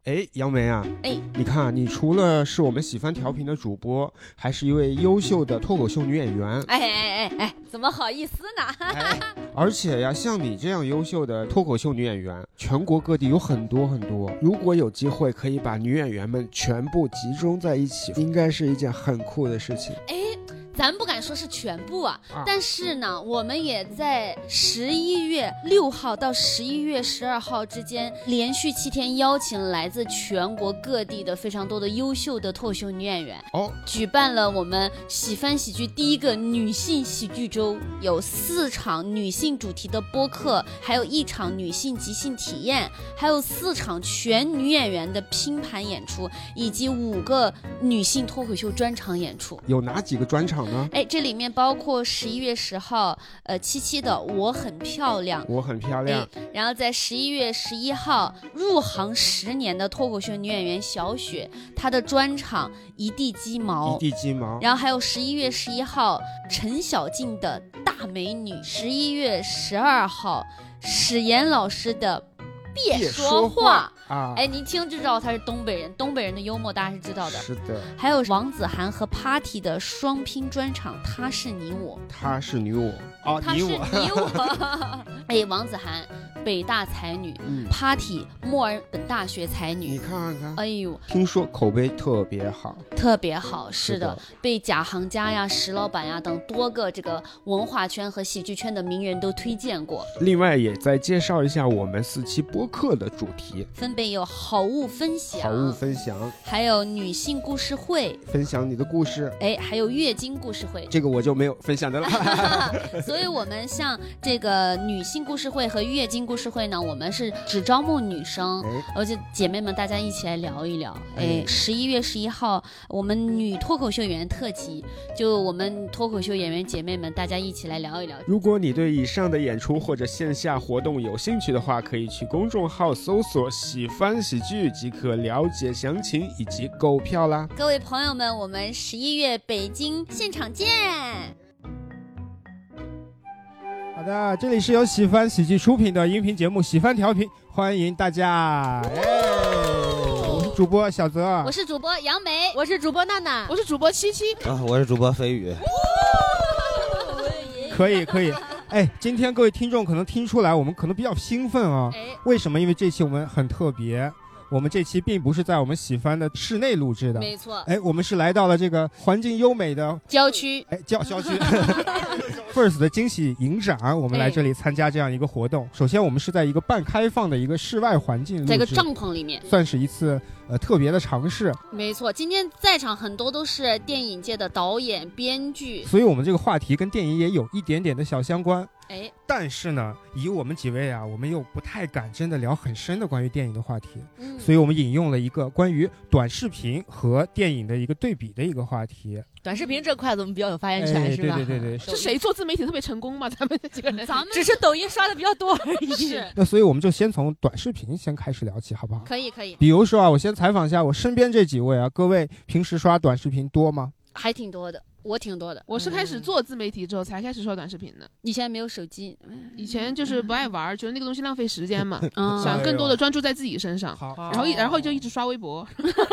哎，杨梅啊， 哎， 你看，你除了是我们喜欢调频的主播，还是一位优秀的脱口秀女演员。 哎，怎么好意思呢？ 而且呀，像你这样优秀的脱口秀女演员，全国各地有很多很多。如果有机会可以把女演员们全部集中在一起，应该是一件很酷的事情。 哎，咱不敢说是全部啊，但是呢，我们也在11月6号到11月12号之间，连续7天邀请来自全国各地的非常多的优秀的脱口秀女演员，举办了我们喜翻喜剧第一个女性喜剧周，有4场女性主题的播客，还有1场女性即兴体验，还有4场全女演员的拼盘演出，以及5个女性脱口秀专场演出。 有哪几个专场呢？ 哎，这里面包括11月10号，七七的我很漂亮， 我很漂亮。 然后在11月11号，入行10年的脱口秀女演员小雪，她的专场一地鸡毛， 一地鸡毛。 然后还有11月11号，陈小静的大美女，11月12号，史岩老师的别说话啊！ 哎，你一听就知道他是东北人，东北人的幽默大家是知道的。 是的。 还有王子涵和 Party 的双拼专场，他是你我， 他是你我， 他是你我。哎，王子涵北大才女，Party 墨尔本大学才女， 你看看， 哎呦， 听说口碑特别好， 特别好，是的，被贾行家呀、石老板呀等多个这个文化圈和喜剧圈的名人都推荐过。 另外也再介绍一下我们4期播客的主题， 分别有好物分享，还有女性故事会， 分享你的故事， 哎，还有月经故事会， 这个我就没有分享的了。 所以我们像这个女性故事会和月经故事会呢，我们是只招募女生，而且姐妹们大家一起来聊一聊。哎，11月11号我们女脱口秀演员特辑，就我们脱口秀演员姐妹们大家一起来聊一聊。 如果你对以上的演出或者线下活动有兴趣的话，可以去公众号搜索喜翻喜剧即可了解详情以及购票啦。 各位朋友们，我们11月北京现场见。 好的，这里是由喜翻喜剧出品的音频节目喜翻调频，欢迎大家。我是主播小泽， 我是主播杨梅， 我是主播娜娜， 我是主播七七， 我是主播飞宇。 可以。哎，今天各位听众可能听出来，我们可能比较兴奋啊。为什么？因为这期我们很特别。我们这期并不是在我们喜翻的室内录制的， 没错。 哎，我们是来到了这个环境优美的郊区， 哎，郊区，First 的惊喜影展，我们来这里参加这样一个活动。首先，我们是在一个半开放的一个室外环境录制， 在一个帐篷里面， 算是一次特别的尝试。 没错，今天在场很多都是电影界的导演、编剧， 所以我们这个话题跟电影也有一点点的小相关。 哎， 但是呢，以我们几位啊，我们又不太敢真的聊很深的关于电影的话题，所以我们引用了一个关于短视频和电影的一个对比的一个话题。 短视频这块我们比较有发言权，是吧？ 对， 是谁做自媒体特别成功吗？咱们这几个人， 咱们只是抖音刷的比较多而已。 是。 那所以我们就先从短视频先开始聊起，好不好？ 可以。 比如说啊，我先采访一下我身边这几位啊，各位平时刷短视频多吗？ 还挺多的。我挺多的， 我是开始做自媒体之后才开始刷短视频的。 以前没有手机， 以前就是不爱玩，觉得那个东西浪费时间嘛，想更多的专注在自己身上。然后就一直刷微博。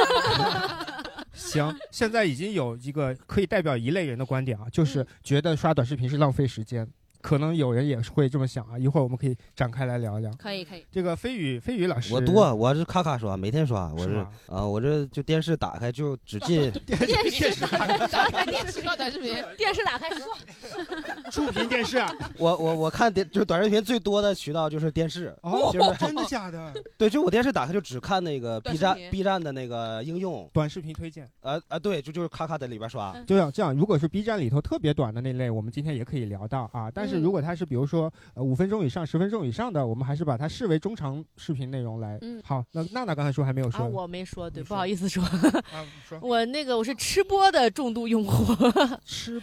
行，现在已经有一个可以代表一类人的观点啊，就是觉得刷短视频是浪费时间。可能有人也会这么想啊，一会儿我们可以展开来聊一聊。 可以。 这个飞宇老师， 我是咔刷，每天刷。我这就电视打开就只进电视打开电视刷短视频， 电视打开刷， 触屏电视啊。 我看就短视频最多的渠道就是电视。 就是真的假的？ 对，就我电视打开就只看那个 B 站的那个应用短视频推荐。 对，就是咔在里边刷。 这样，如果是 B 站里头特别短的那类，我们今天也可以聊到啊。但是如果它是比如说5分钟以上、10分钟以上的，我们还是把它视为中长视频内容来。好，那娜娜刚才说还没有说， 我没说，对，不好意思说。 说我是吃播的重度用户。 吃播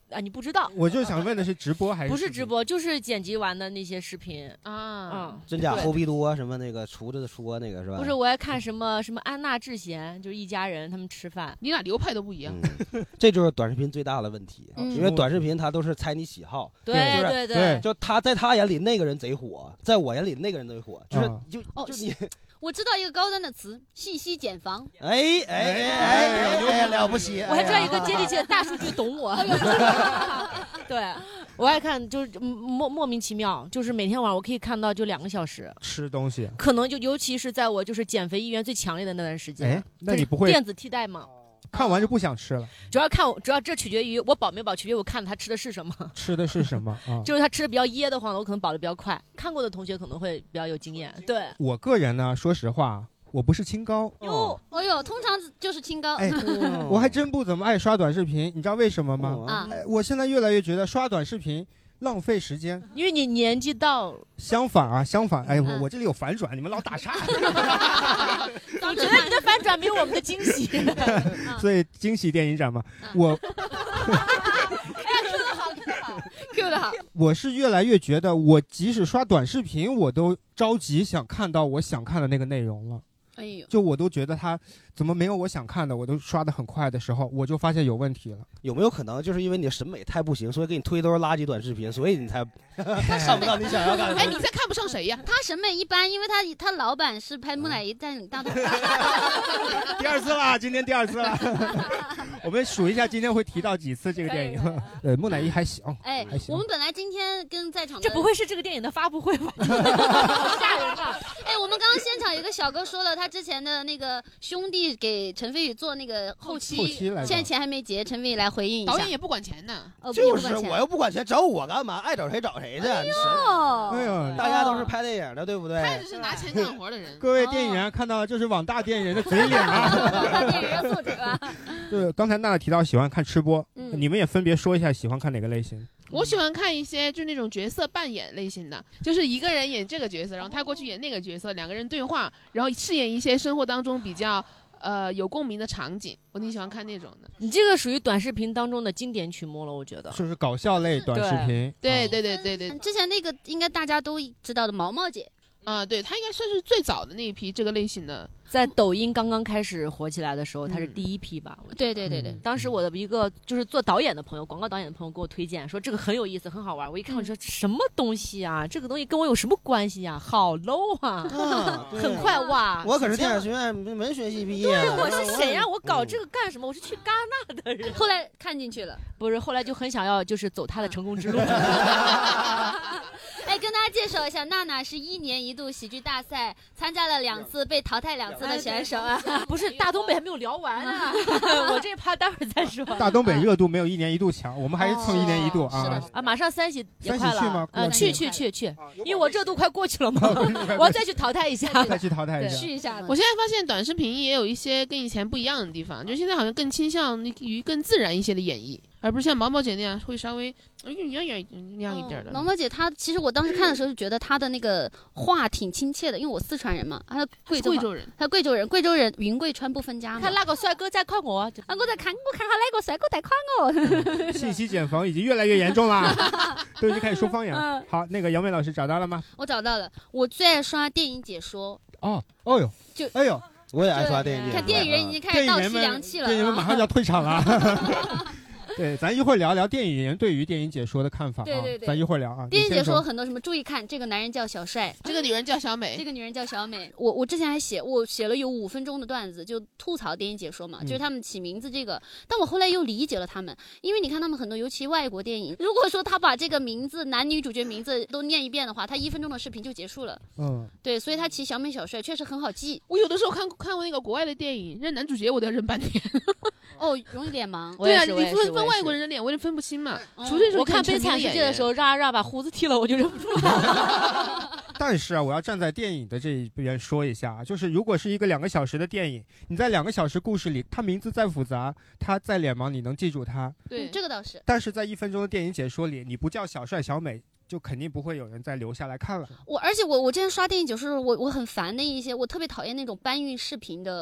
啊，你不知道？ 我就想问的是直播还是不是直播，就是剪辑完的那些视频啊。 真假后壁多什么那个厨子的说那个是吧？ 不是，我爱看什么安娜智贤，就是一家人他们吃饭， 你俩流派都不一样。 这就是短视频最大的问题，因为短视频它都是猜你喜好。 对， 就他在他眼里那个人贼火，在我眼里那个人贼火，就是就你。 我知道一个高端的词，信息茧房。 哎，了不起！ 我还知道一个接地气的大数据懂我。对，我爱看，就是莫名其妙，就是每天晚上我可以看到就2个小时吃东西， 可能就尤其是在我就是减肥意愿最强烈的那段时间。 那你不会电子替代吗？ 看完就不想吃了， 主要这取决于我饱没饱，取决于我看他吃的是什么。 吃的是什么啊？ 就是他吃的比较噎得慌的，我可能饱的比较快。看过的同学可能会比较有经验。对， 我个人呢，说实话，我不是清高。 通常就是清高。 我还真不怎么爱刷短视频，你知道为什么吗？我现在越来越觉得刷短视频浪费时间， 因为你年纪到了。 相反，我这里有反转，你们老打岔。 我觉得你的反转没有我们的惊喜。 所以惊喜电影展嘛，我。 Q 得好。 我是越来越觉得，我即使刷短视频，我都着急想看到我想看的那个内容了。 哎呦， 就我都觉得他怎么没有我想看的，我都刷得很快的时候，我就发现有问题了。 有没有可能就是因为你审美太不行，所以给你推都是垃圾短视频，所以你才看不到你想要看的？ 你才看不上谁呀？ 他审美一般，因为他老板是拍木乃伊带领大东。 第2次了，今天第2次了。我们数一下今天会提到几次这个电影。木乃伊还行，还行。 我们本来今天跟在场的， 这不会是这个电影的发布会吧？吓人啊！ 我们刚刚现场有个小哥说了，他之前的那个兄弟给陈飞宇做那个后期现在钱还没结，陈飞宇来回应一下。 导演也不管钱呢， 就是我又不管钱，找我干嘛？爱找谁找谁去。哎呦，大家都是拍电影的，对不对？ 他只是拿钱干活的人。 各位电影人看到这是网大电影人的嘴脸啊！ 网大电影人作者啊。 对，刚才娜娜提到喜欢看吃播，你们也分别说一下喜欢看哪个类型。 我喜欢看一些就那种角色扮演类型的，就是一个人演这个角色，然后他过去演那个角色，两个人对话，然后饰演一些生活当中比较有共鸣的场景，我挺喜欢看那种的。 你这个属于短视频当中的经典曲目了，我觉得。 就是搞笑类短视频。 对。 之前那个应该大家都知道的毛毛姐。 对，他应该算是最早的那一批这个类型的， 在抖音刚刚开始火起来的时候，他是第一批吧？ 对。 当时我的一个就是做导演的朋友，广告导演的朋友给我推荐说这个很有意思，很好玩。我一看我说什么东西啊？这个东西跟我有什么关系啊？好 low 啊！很快哇！ 我可是电影学院文学系毕业的。 对，我是谁呀？我搞这个干什么？我是去戛纳的人。 后来看进去了， 不是，后来就很想要就是走他的成功之路。 跟大家介绍一下，娜娜是1年1度喜剧大赛参加了2次，被淘汰2次的选手啊。 不是，大东北还没有聊完啊，我这趴待会儿再说。 大东北热度没有1年1度强，我们还是蹭1年1度啊。 是的啊，马上3喜也快了。 去吗？ 去，因为我热度快过去了嘛，我要再去淘汰一下。 再去淘汰一下。 去一下。 我现在发现短视频也有一些跟以前不一样的地方，就现在好像更倾向于更自然一些的演绎。而不是像毛毛姐那样会稍微那样一点的。 毛毛姐她其实我当时看的时候就觉得她的那个话挺亲切的，因为我四川人嘛，她贵州人，她贵州人云贵川不分家嘛。 看那个帅哥在夸我， 我在看下哪个帅哥在夸我。 信息茧房已经越来越严重了，都已经开始说方言了。好，那个姚梅老师找到了吗？ 我找到了，我最爱刷电影解说。 哦哟，哎呦， 我也爱刷电影解说。 看电影人已经开始倒吸凉气了， 电影人马上就要退场了。对，咱一会儿聊聊电影人对于电影解说的看法啊。 对， 咱一会儿聊啊。 电影解说很多什么，注意看，这个男人叫小帅， 这个女人叫小美， 这个女人叫小美。我之前还写了有5分钟的段子，就吐槽电影解说嘛，就是他们起名字这个。但我后来又理解了他们，因为你看他们很多，尤其外国电影，如果说他把这个名字、男女主角名字都念一遍的话，他1分钟的视频就结束了。对，所以他起小美小帅确实很好记。 我有的时候看过那个国外的电影，认男主角我都要认半天。 容易脸盲。 对啊，你分外国人的脸，我也分不清嘛。除非是我看《悲惨世界》的时候，让把胡子剃了，我就认不出来。 但是啊，我要站在电影的这一边说一下，就是如果是一个2个小时的电影，你在2个小时故事里，他名字再复杂，他再脸盲，你能记住他。 对，这个倒是。 但是在1分钟的电影解说里，你不叫小帅小美，就肯定不会有人再留下来看了。 而且我之前刷电影解说，我很烦的一些，我特别讨厌那种搬运视频的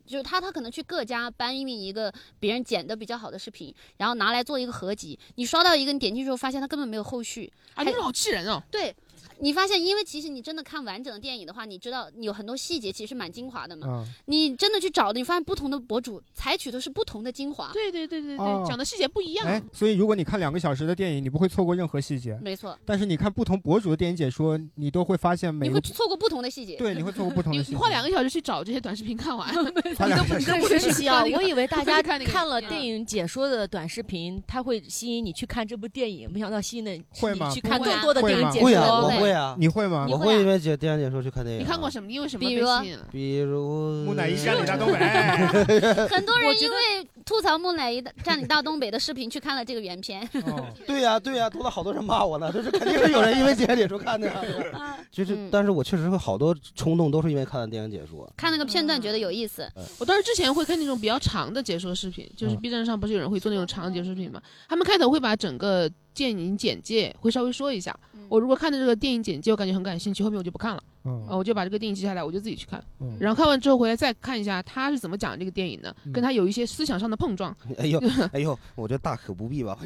就是他可能去各家搬运一个别人剪的比较好的视频，然后拿来做一个合集。你刷到一个，你点进去之后发现他根本没有后续啊，你好气人哦。 对。你发现，因为其实你真的看完整的电影的话，你知道有很多细节其实蛮精华的嘛。你真的去找的，你发现不同的博主采取的是不同的精华。 对，讲的细节不一样。 哎，所以如果你看2个小时的电影，你不会错过任何细节。 没错。 但是你看不同博主的电影解说，你都会发现你会错过不同的细节。 对，你会错过不同的细节。 你花2个小时去找这些短视频看完， 花2个小时。 很神奇啊！我以为大家看了电影解说的短视频，它会吸引你去看这部电影，没想到吸引你去看更多的电影解说。 会啊，我会啊。 你会吗？ 我会因为电影解说去看电影。 你看过什么？你因为什么？ 比如木乃伊占领大东北。 很多人因为吐槽木乃伊占领大东北的视频去看了这个原片。 对呀，读了好多人骂我呢，就是肯定是有人因为电影解说看的。但是我确实会好多冲动都是因为看了电影解说， 看那个片段觉得有意思。 我当时之前会看那种比较长的解说视频，就是 B 站上不是有人会做那种长解说视频嘛？他们开头会把整个电影简介会稍微说一下。我如果看的这个电影简介我感觉很感兴趣，后面我就不看了。我就把这个电影记下来，我就自己去看。然后看完之后回来再看一下他是怎么讲这个电影的，跟他有一些思想上的碰撞。 哎呦，我觉得大可不必吧。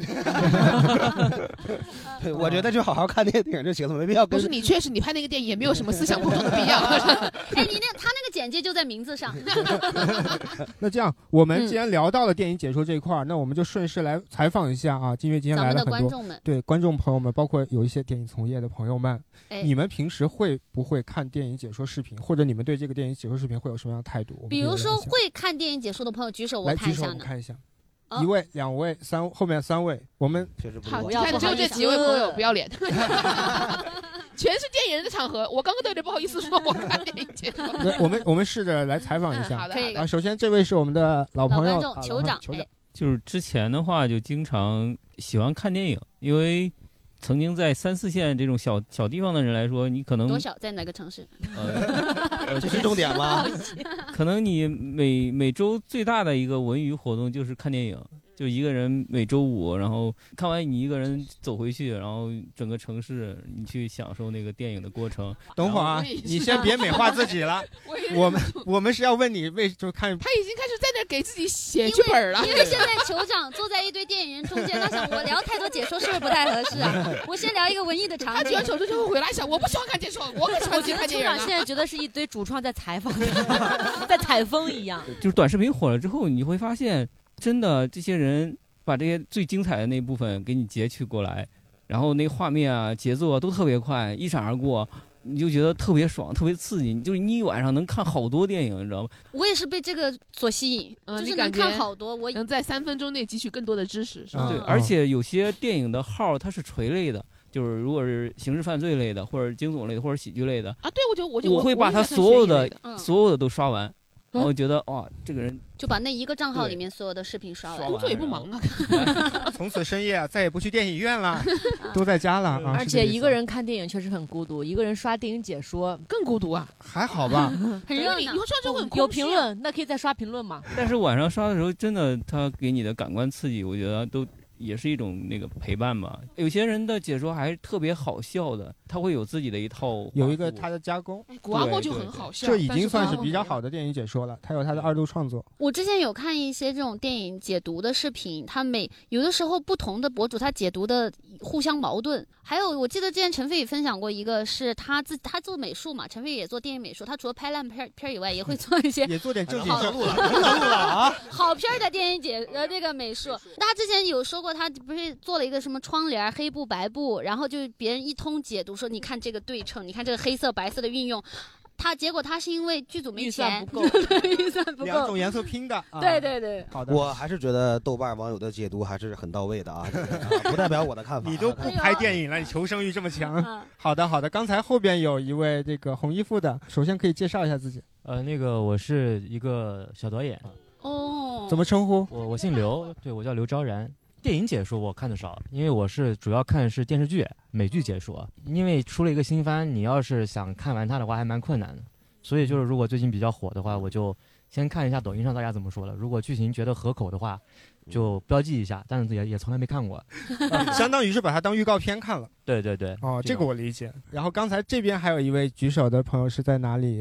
我觉得就好好看那个电影就行了，没必要。 不是你确实你拍那个电影也没有什么思想碰撞的必要。 哎，他那个简介就在名字上。 那这样，我们既然聊到了电影解说这一块，那我们就顺势来采访一下啊，因为今天来了很多观众们， 对观众朋友们，包括有一些电影从业的朋友们，你们平时会不会看电影解说视频，或者你们对这个电影解说视频会有什么样的态度？ 比如说会看电影解说的朋友举手，我看一下呢。 看一下，1位、2位、3，后面3位，我们确实不好，你看只有这几位朋友不要脸。全是电影人的场合，我刚刚都有点不好意思说我看电影解说。 我们试着来采访一下。 好的， 可以啊，首先这位是我们的老朋友酋长。 就是之前的话，就经常喜欢看电影，因为曾经在3、4线这种小地方的人来说，你可能多小，在哪个城市？ 这是重点吗？ 可能你每周最大的一个文娱活动就是看电影。就一个人每周5，然后看完你一个人走回去，然后整个城市你去享受那个电影的过程。 等会儿啊，你先别美化自己了。我们是要问你就看。 他已经开始在那给自己写剧本了。 因为现在酋长坐在一堆电影人中间，他想我聊太多解说是不是不太合适啊？我先聊一个文艺的场景。 他讲手术就会回来想，我不喜欢看解说，我可喜欢看电影。 酋长现在觉得是一堆主创在采访，在采风一样。 就是短视频火了之后，你会发现。真的，这些人把这些最精彩的那部分给你截取过来，然后那画面啊、节奏啊都特别快，一闪而过，你就觉得特别爽、特别刺激。就是你一晚上能看好多电影，你知道吗？ 我也是被这个所吸引，就是能看好多，我能在3分钟内汲取更多的知识。是吧？ 对，而且有些电影的号它是垂类的，就是如果是刑事犯罪类的，或者惊悚类的，或者喜剧类的啊，对，我会把它所有的都刷完。然后觉得哇，这个人就把那一个账号里面所有的视频刷完， 工作也不忙啊。 从此深夜再也不去电影院了，都在家了啊。 而且一个人看电影确实很孤独，一个人刷电影解说更孤独啊。 还好吧， 很热闹。 你说这很有评论，那可以再刷评论嘛。 但是晚上刷的时候，真的他给你的感官刺激，我觉得都。也是一种那个陪伴吧。有些人的解说还是特别好笑的，他会有自己的一套， 有一个他的加工。 古阿莫就很好笑， 这已经算是比较好的电影解说了。他有他的2度创作。 我之前有看一些这种电影解读的视频，他有的时候不同的博主他解读的互相矛盾。还有我记得之前陈飞宇分享过一个，是他做美术嘛，陈飞宇也做电影美术，他除了拍烂片以外，也会做一些也做点正经事录了啊， 好片的电影那个美术。他之前有说过，他不是做了一个什么窗帘黑布白布，然后就别人一通解读说，你看这个对称，你看这个黑色白色的运用。结果他是因为剧组没钱，预算不够 ，2种颜色拼的。 对对对， 好的。 我还是觉得豆瓣网友的解读还是很到位的啊，不代表我的看法。 你都不拍电影了，你求生欲这么强。好的。刚才后边有一位这个红衣服的，首先可以介绍一下自己。 那个我是一个小导演。 哦。 怎么称呼？ 我姓刘，对，我叫刘昭然。电影解说我看的少，因为我是主要看的是电视剧、美剧解说。因为出了一个新番，你要是想看完它的话，还蛮困难的。所以就是如果最近比较火的话，我就先看一下抖音上大家怎么说了。如果剧情觉得合口的话，就标记一下，但是也从来没看过。 相当于是把它当预告片看了。 对。 哦，这个我理解。然后刚才这边还有一位举手的朋友是在哪里？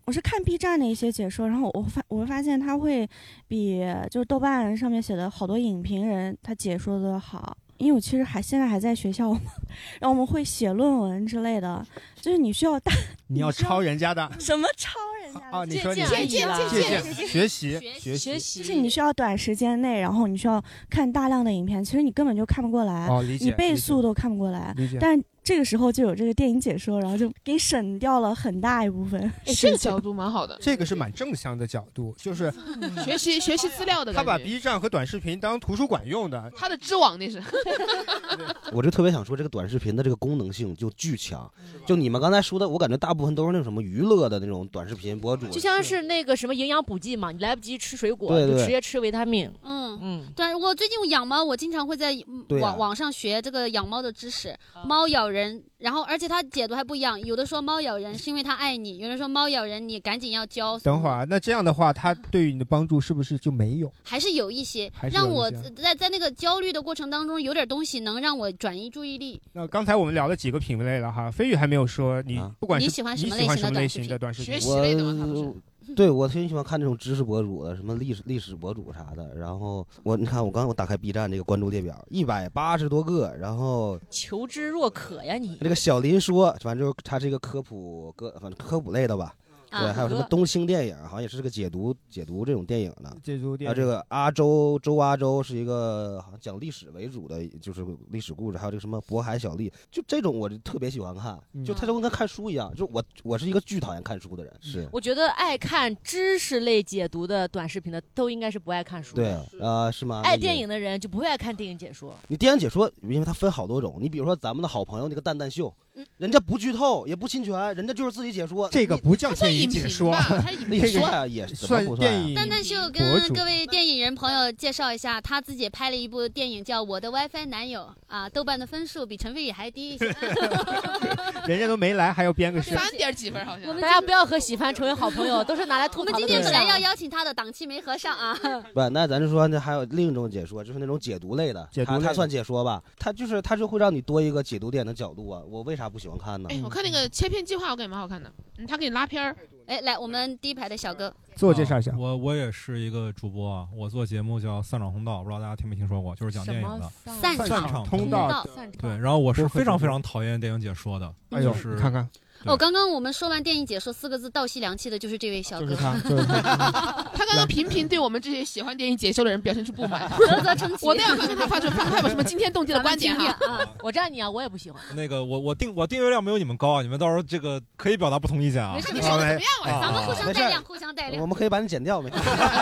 我是看 B 站的一些解说，然后我会发现他会比就是豆瓣上面写的好多影评人他解说的好。因为我其实现在还在学校嘛，然后我们会写论文之类的，就是你需要你要抄人家的什么抄人家的啊？你说借学习， 就是你需要短时间内，然后你需要看大量的影片，其实你根本就看不过来，你倍速都看不过来，但是这个时候就有这个电影解说，然后就给你省掉了很大一部分。 这个角度蛮好的， 这个是蛮正向的角度，就是学习资料的感觉。 他把 B 站和短视频当图书馆用的， 他的知网那是。 我就特别想说，这个短视频的这个功能性就巨强。就你们刚才说的，我感觉大部分都是那种什么娱乐的那种短视频博主， 就像是那个什么营养补剂嘛，你来不及吃水果， 对就直接吃维他命。 对，我最近养猫，我经常会在网上学这个养猫的知识，猫咬人。然后，而且它解读还不一样，有的说猫咬人是因为它爱你，有的说猫咬人你赶紧要教。 等会儿，那这样的话，它对于你的帮助是不是就没有？ 还是有一些，让我在那个焦虑的过程当中，有点东西能让我转移注意力。 那刚才我们聊了几个品类了哈，飞宇还没有说你不管是你喜欢什么类型的短视频？ 学习类的吗？他不是。 对，我挺喜欢看这种知识博主的，什么历史博主啥的。然后你看，我打开 B 站这个关注列表，180多个，然后求知若渴呀你。 这个小林说，反正他是一个科普类的吧。对，还有什么东星电影，好像也是这个解读这种电影的。 解读电影。 这个周阿周是一个好像讲历史为主的，就是历史故事。还有这个什么渤海小丽，就这种我就特别喜欢看，就他就跟看书一样。就我是一个巨讨厌看书的人，是。 我觉得爱看知识类解读的短视频的都应该是不爱看书的。 对是吗？ 爱电影的人就不会爱看电影解说。 你电影解说，因为它分好多种。你比如说咱们的好朋友那个蛋蛋秀，人家不剧透也不侵权，人家就是自己解说。 这个不叫电影解说， 你说呀也算电影。 蛋蛋秀跟各位电影人朋友介绍一下，他自己拍了一部电影叫《我的 WiFi 男友》啊，豆瓣的分数比陈飞宇还低一些。 人家都没来，还要编个事。 3点几分好像。 大家不要和喜帆成为好朋友，都是拿来吐槽的。 我们今天本来要邀请他的，档期没合上啊。 不，那咱就说，那还有另一种解说，就是那种解读类的，他算解说吧？他就会让你多一个解读点的角度啊。我为啥不喜欢看呢？ 我看那个切片计划，我感觉蛮好看的。他给你拉片儿。 来，我们第一排的小哥， 自我介绍一下。 我也是一个主播啊，我做节目叫散场通道，不知道大家听没听说过，就是讲电影的。 散场通道。 对，然后我是非常非常讨厌电影解说的。 就是看看。 刚刚我们说完电影解说4个字倒吸凉气的就是这位小哥。 他刚刚频频对我们这些喜欢电影解说的人表现出不满。我都要看看他发表什么惊天动地的观点哈。 我站你啊，我也不喜欢。 那个我订阅量没有你们高啊，你们到时候这个可以表达不同意见啊。 没事，你说的怎么样啊？ 咱们互相带量。 我们可以把你剪掉没？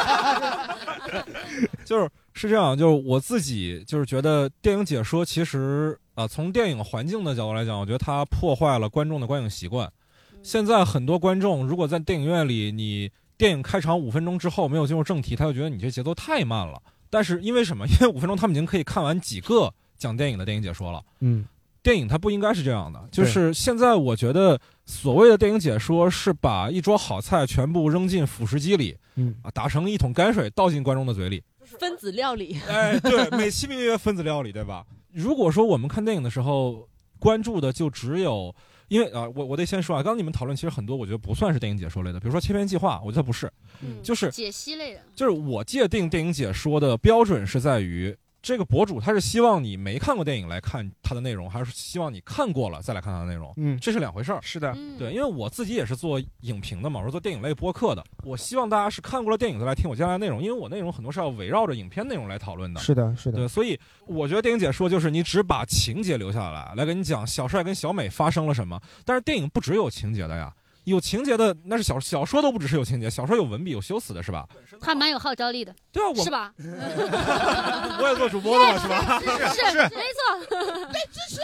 是这样，就是我自己就是觉得电影解说其实从电影环境的角度来讲，我觉得它破坏了观众的观影习惯。现在很多观众如果在电影院里，你电影开场5分钟之后没有进入正题，他就觉得你这节奏太慢了。但是因为什么？因为5分钟他们已经可以看完几个讲电影的电影解说了。电影它不应该是这样的，就是现在我觉得所谓的电影解说是把一桌好菜全部扔进腐蚀机里，打成一桶泔水倒进观众的嘴里。 分子料理， 对，美其名曰分子料理，对吧？如果说我们看电影的时候关注的就只有，因为我得先说啊，刚刚你们讨论其实很多，我觉得不算是电影解说类的，比如说切片计划，我觉得它不是，就是解析类的， 就是我界定电影解说的标准是在于这个博主他是希望你没看过电影来看他的内容，还是希望你看过了再来看他的内容？这是2回事儿。 是的， 对，因为我自己也是做影评的嘛，我是做电影类播客的，我希望大家是看过了电影再来听我接下来的内容，因为我内容很多是要围绕着影片内容来讨论的。 是的， 对，所以我觉得电影解说就是你只把情节留下来跟你讲小帅跟小美发生了什么，但是电影不只有情节的呀。有情节的那是小说都不只是有情节，小说有文笔有修辞的是吧？ 他蛮有号召力的， 对啊， 是吧？ 我也做主播的嘛，是吧？ 是没错， 对，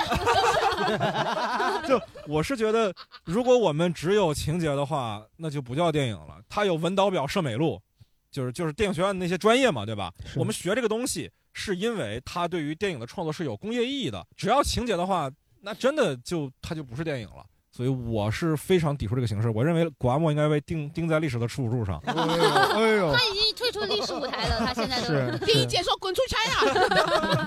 支持。 就我是觉得，如果我们只有情节的话，那就不叫电影了。它有文导表、摄美录，就是电影学院的那些专业嘛，对吧？我们学这个东西是因为它对于电影的创作是有工业意义的。只要情节的话，那真的它就不是电影了。所以我是非常抵触这个形式，我认为古阿莫应该被钉在历史的耻辱柱上。 他已经退出历史舞台了，他现在都电影解说滚出差啊！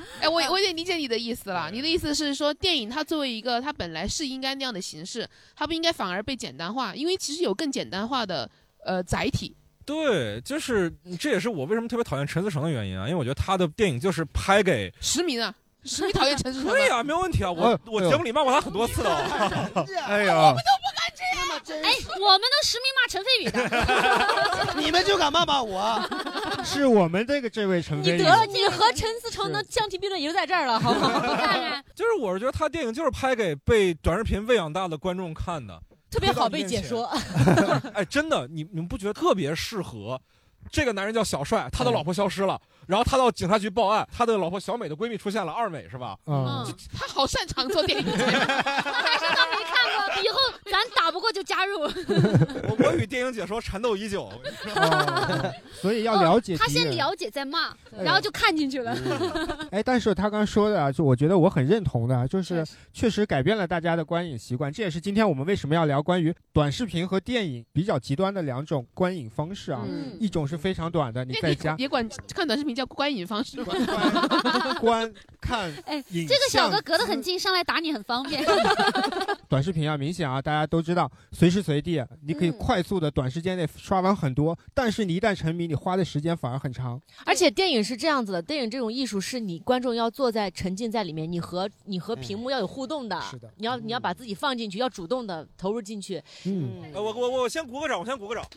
哎，我有点理解你的意思了。你的意思是说，电影它作为一个它本来是应该那样的形式，它不应该反而被简单化，因为其实有更简单化的载体。 对，就是这也是我为什么特别讨厌陈思诚的原因啊，因为我觉得他的电影就是拍给实名啊。实名讨厌陈思诚。 对呀，没有问题啊，我节目里骂过他很多次的。 哎呀， 我们都不敢这样。 哎，我们都实名骂陈飞宇的， 你们就敢骂我？ 是我们这位陈飞宇。 你得了，你和陈思诚的相提并论也就在这儿了，好不好？ 当然， 就是我是觉得他电影就是拍给被短视频喂养大的观众看的， 特别好被解说。 哎，真的，你们不觉得特别适合？这个男人叫小帅，他的老婆消失了，然后他到警察局报案，他的老婆小美的闺蜜出现了，二美是吧？ 他好擅长做电影。 他说他没看过，以后咱打不过就加入。 我与电影解说缠斗已久， 所以要了解。 他先了解再骂，然后就看进去了。 哎，但是他刚刚说的，就我觉得我很认同的，就是确实改变了大家的观影习惯。这也是今天我们为什么要聊关于短视频和电影比较极端的两种观影方式啊。一种是非常短的，你在家也管看短视频叫观影方式吗？ 观看哎，这个小哥隔得很近，上来打你很方便。 短视频啊，明显啊，大家都知道，随时随地你可以快速的短时间内刷完很多，但是你一旦沉迷，你花的时间反而很长。 而且电影是这样子的，电影这种艺术是你观众要坐在沉浸在里面，你和屏幕要有互动的， 是的， 你要把自己放进去，要主动的投入进去。 我先鼓个掌，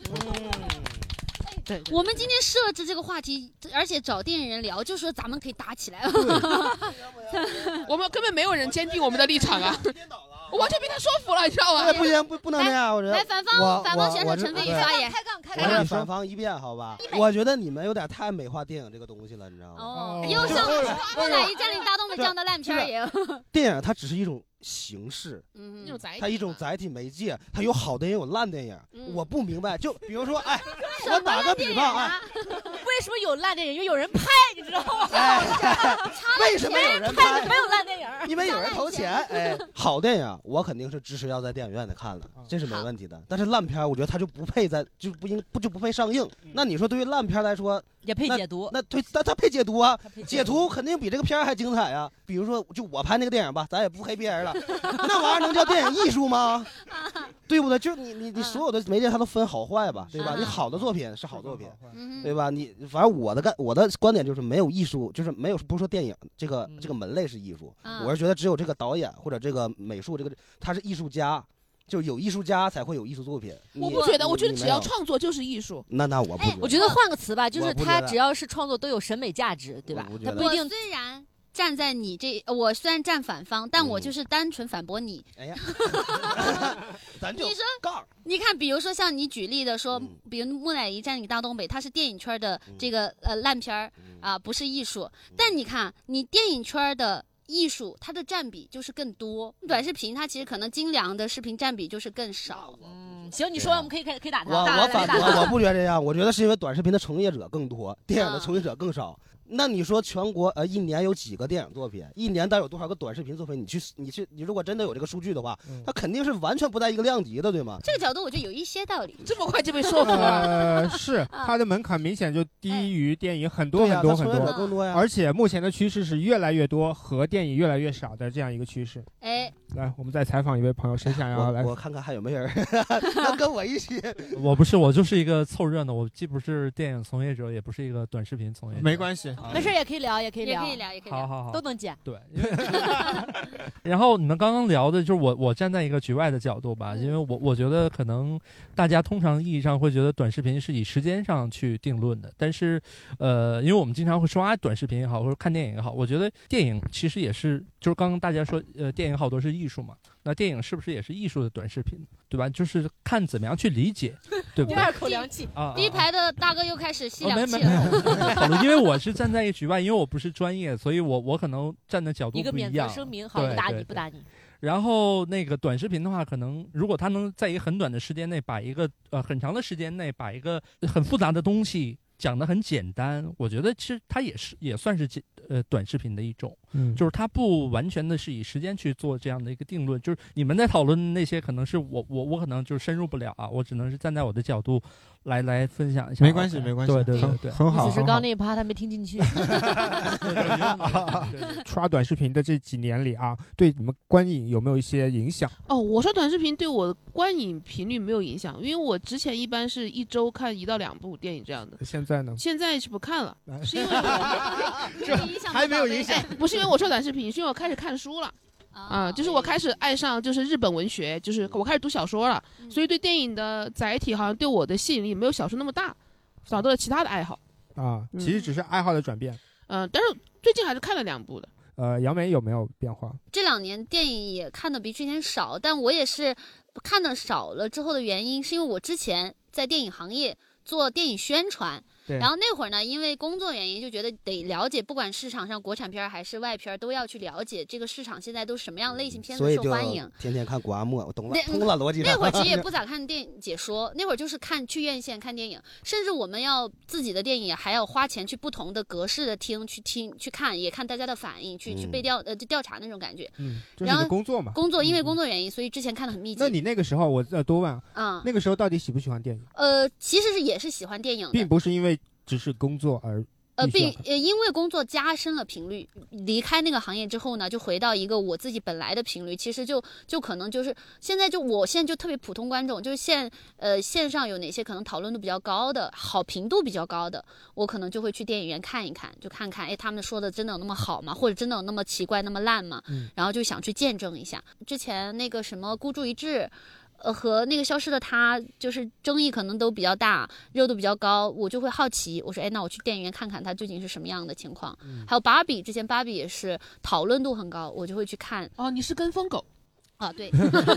对，我们今天设置这个话题，而且找电影人聊，就说咱们可以打起来。 我们根本没有人坚定我们的立场啊，我完全被他说服了，你知道吗？ 不行，不能这样。我觉得来反方选手陈飞宇发言， 开杠，反方一遍，好吧？我觉得你们有点太美化电影这个东西了，你知道吗？ 哦，又像木乃伊占领大东北这样的烂片也有。 电影它只是一种形式，它一种载体媒介，它有好的也有烂电影。我不明白，就比如说，哎，我打个比方啊， 为什么有烂电影？因为有人拍，你知道吗？ 为什么有人拍？ 没有烂电影， 因为有人投钱。哎，好电影我肯定是支持要在电影院里看的，这是没问题的。但是烂片，我觉得它就不配不配上映。那你说对于烂片来说， 也配解读？ 那对，它配解读啊，解读肯定比这个片还精彩啊。比如说，就我拍那个电影吧，咱也不黑别人了。那玩意儿能叫电影艺术吗？对不对？就你所有的媒介它都分好坏吧，对吧？你好的作品是好作品，对吧？你反正我的观点就是没有艺术，就是没有不是说电影这个门类是艺术，我是觉得只有这个导演或者这个美术他是艺术家。就有艺术家才会有艺术作品。 我不觉得，我觉得只要创作就是艺术。 那我不觉得。 我觉得换个词吧，就是他只要是创作都有审美价值，对吧？他不一定。 虽然站在你我虽然站反方，但我就是单纯反驳你。 哎呀，咱就你说，你看，比如说像你举例的说，比如木乃伊占领大东北，它是电影圈的这个烂片儿啊，不是艺术。但你看，你电影圈的艺术它的占比就是更多，短视频它其实可能精良的视频占比就是更少。 行，你说完我们可以打他。 我反驳，我不觉得这样，我觉得是因为短视频的从业者更多，电影的从业者更少。那你说全国一年有几个电影作品，一年有多少个短视频作品？你如果真的有这个数据的话，它肯定是完全不在一个量级的，对吗？ 这个角度我觉得有一些道理。 这么快就被说服了？ 是，它的门槛明显就低于电影很多很多很多， 更多呀。 而且目前的趋势是越来越多和电影越来越少的这样一个趋势。 哎， 来，我们再采访一位朋友，谁想要来？ 我看看还有没有人能跟我一起。 我不是，我就是一个凑热闹，我既不是电影从业者，也不是一个短视频从业者。 没关系， 没事也可以聊。也可以聊， 好， 都能剪。 对，然后你们刚刚聊的就是我站在一个局外的角度吧，因为我觉得可能大家通常意义上会觉得短视频是以时间上去定论的，但是因为我们经常会刷短视频也好，或者看电影也好，我觉得电影其实也是，就是刚刚大家说电影好多是艺术嘛，那电影是不是也是艺术的短视频，对吧？就是看怎么样去理解，对不对？ 第二口凉气啊！ 第一排的大哥又开始吸凉气了。 因为我是站在一个局外，因为我不是专业，所以我可能站的角度不一样。 一个免责声明，好，不打你。 然后那个短视频的话，可能如果他能在一个很短的时间内把一个很长的时间内把一个很复杂的东西讲得很简单，我觉得其实它也算是短视频的一种。 就是它不完全的是以时间去做这样的一个定论，就是你们在讨论那些可能是我可能就是深入不了啊，我只能是站在我的角度来分享一下。 没关系没关系， 对， 很好。 只是刚刚那一趴他没听进去。 刷短视频的这几年里啊，对你们观影有没有一些影响？ 我刷短视频对我观影频率没有影响，因为我之前一般是1周看1到2部电影这样的。 现在呢？ 现在是不看了，是因为这还没有影响。 不是因为我刷短视频，是因为我开始看书了。就是我开始爱上就是日本文学，就是我开始读小说了，所以对电影的载体好像对我的吸引力没有小说那么大，找到了其他的爱好其实只是爱好的转变。 但是最近还是看了2部的。 杨梅有没有变化？ 这2年电影也看的比之前少，但我也是看的少了之后的原因，是因为我之前在电影行业做电影宣传。然后那会儿呢，因为工作原因，就觉得得了解，不管市场上国产片还是外片，都要去了解这个市场现在都什么样类型片子受欢迎。 天天看古阿莫，我懂了，通了逻辑。 那会儿其实也不咋看电影解说，那会儿就是去院线看电影，甚至我们要自己的电影还要花钱去不同的格式的听去看，也看大家的反应，去被调查那种感觉。 这是你的工作嘛？ 因为工作原因，所以之前看的很密集。 那你那个时候我多问那个时候到底喜不喜欢电影？ 其实也是喜欢电影的， 并不是因为只是工作而因为工作加深了频率，离开那个行业之后呢，就回到一个我自己本来的频率，其实就可能就是我现在就特别普通观众，就是线上有哪些可能讨论度比较高的，好评度比较高的，我可能就会去电影院看一看，就看看他们说的真的有那么好吗？或者真的有那么奇怪那么烂吗？然后就想去见证一下。之前那个什么孤注一掷和那个消失的她，就是争议可能都比较大，热度比较高，我就会好奇，我说那我去电影院看看它究竟是什么样的情况。还有芭比，之前芭比也是讨论度很高，我就会去看。 你是跟风狗对。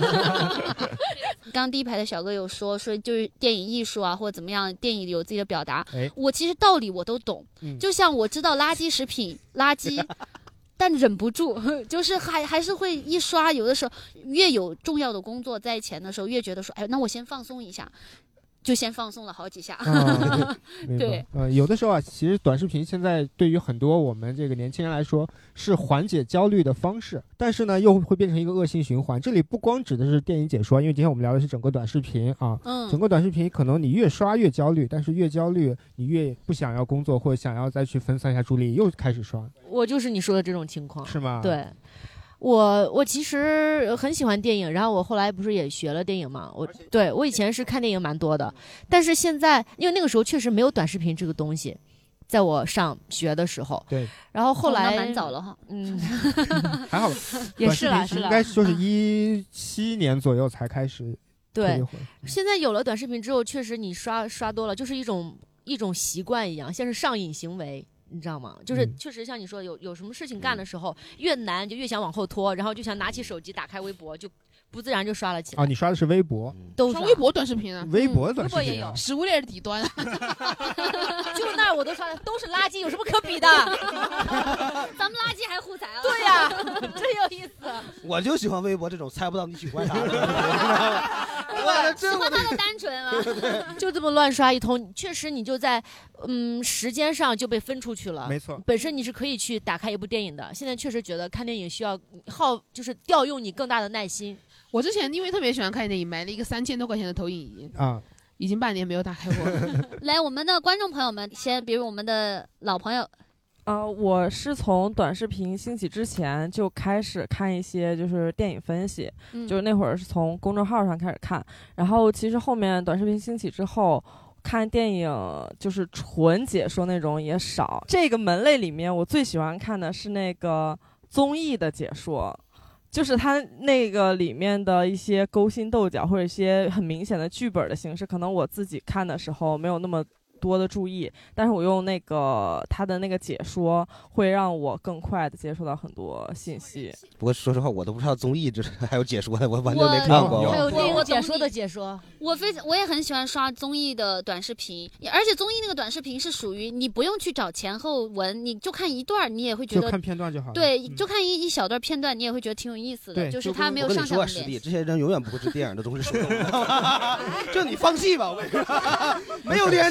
刚第一排的小哥有说就是电影艺术啊，或者怎么样，电影有自己的表达。我其实道理我都懂，就像我知道垃圾食品垃圾。但忍不住，就是还是会一刷，有的时候越有重要的工作在前的时候，越觉得说，那我先放松一下，就先放松了好几下。对， 有的时候其实短视频现在对于很多我们这个年轻人来说是缓解焦虑的方式，但是呢又会变成一个恶性循环。这里不光指的是电影解说，因为今天我们聊的是整个短视频整个短视频可能你越刷越焦虑，但是越焦虑你越不想要工作，或者想要再去分散一下注意力，又开始刷。 我就是你说的这种情况， 是吗？ 对。我其实很喜欢电影，然后我后来不是也学了电影嘛，我以前是看电影蛮多的，但是现在因为那个时候确实没有短视频这个东西，在我上学的时候， 对， 然后后来蛮早了哈， 还好， 也是啦， 应该就是17年左右才开始。 对，现在有了短视频之后，确实你刷多了，就是一种习惯一样，像是上瘾行为。你知道吗？就是确实像你说，有什么事情干的时候，越难就越想往后拖，然后就想拿起手机打开微博，就不自然就刷了起来。 你刷的是微博？ 都刷微博短视频啊？ 微博短视频也有， 食物链底端。 就那我都刷的都是垃圾，有什么可比的？ 咱们垃圾还互踩啊？ 对呀，真有意思。 我就喜欢微博这种猜不到你喜欢啥的。 喜欢他的单纯啊。 就这么乱刷一通，确实你就在时间上就被分出去了。 没错， 本身你是可以去打开一部电影的，现在确实觉得看电影需要就是调用你更大的耐心。 我之前因为特别喜欢看电影，买了一个3000多块钱的投影仪已经半年没有打开过。 来，我们的观众朋友们，比如我们的老朋友。 我是从短视频兴起之前就开始看一些就是电影分析，就是那会儿是从公众号上开始看，然后其实后面短视频兴起之后，看电影就是纯解说那种也少。这个门类里面，我最喜欢看的是那个综艺的解说。就是它那个里面的一些勾心斗角或者一些很明显的剧本的形式，可能我自己看的时候没有那么多的注意，但是我用那个他的那个解说会让我更快的接触到很多信息。 不过说实话，我都不知道综艺这还有解说的，我完全没看过。 还有电影解说的解说， 我也很喜欢刷综艺的短视频，而且综艺那个短视频是属于你不用去找前后文，你就看一段，你也会觉得就看片段就好了。 对，就看一小段片段，你也会觉得挺有意思的。就是他没有上场的实力，这些人永远不会是电影的忠实受众。就你放弃吧，我跟你说，没有电影解说他。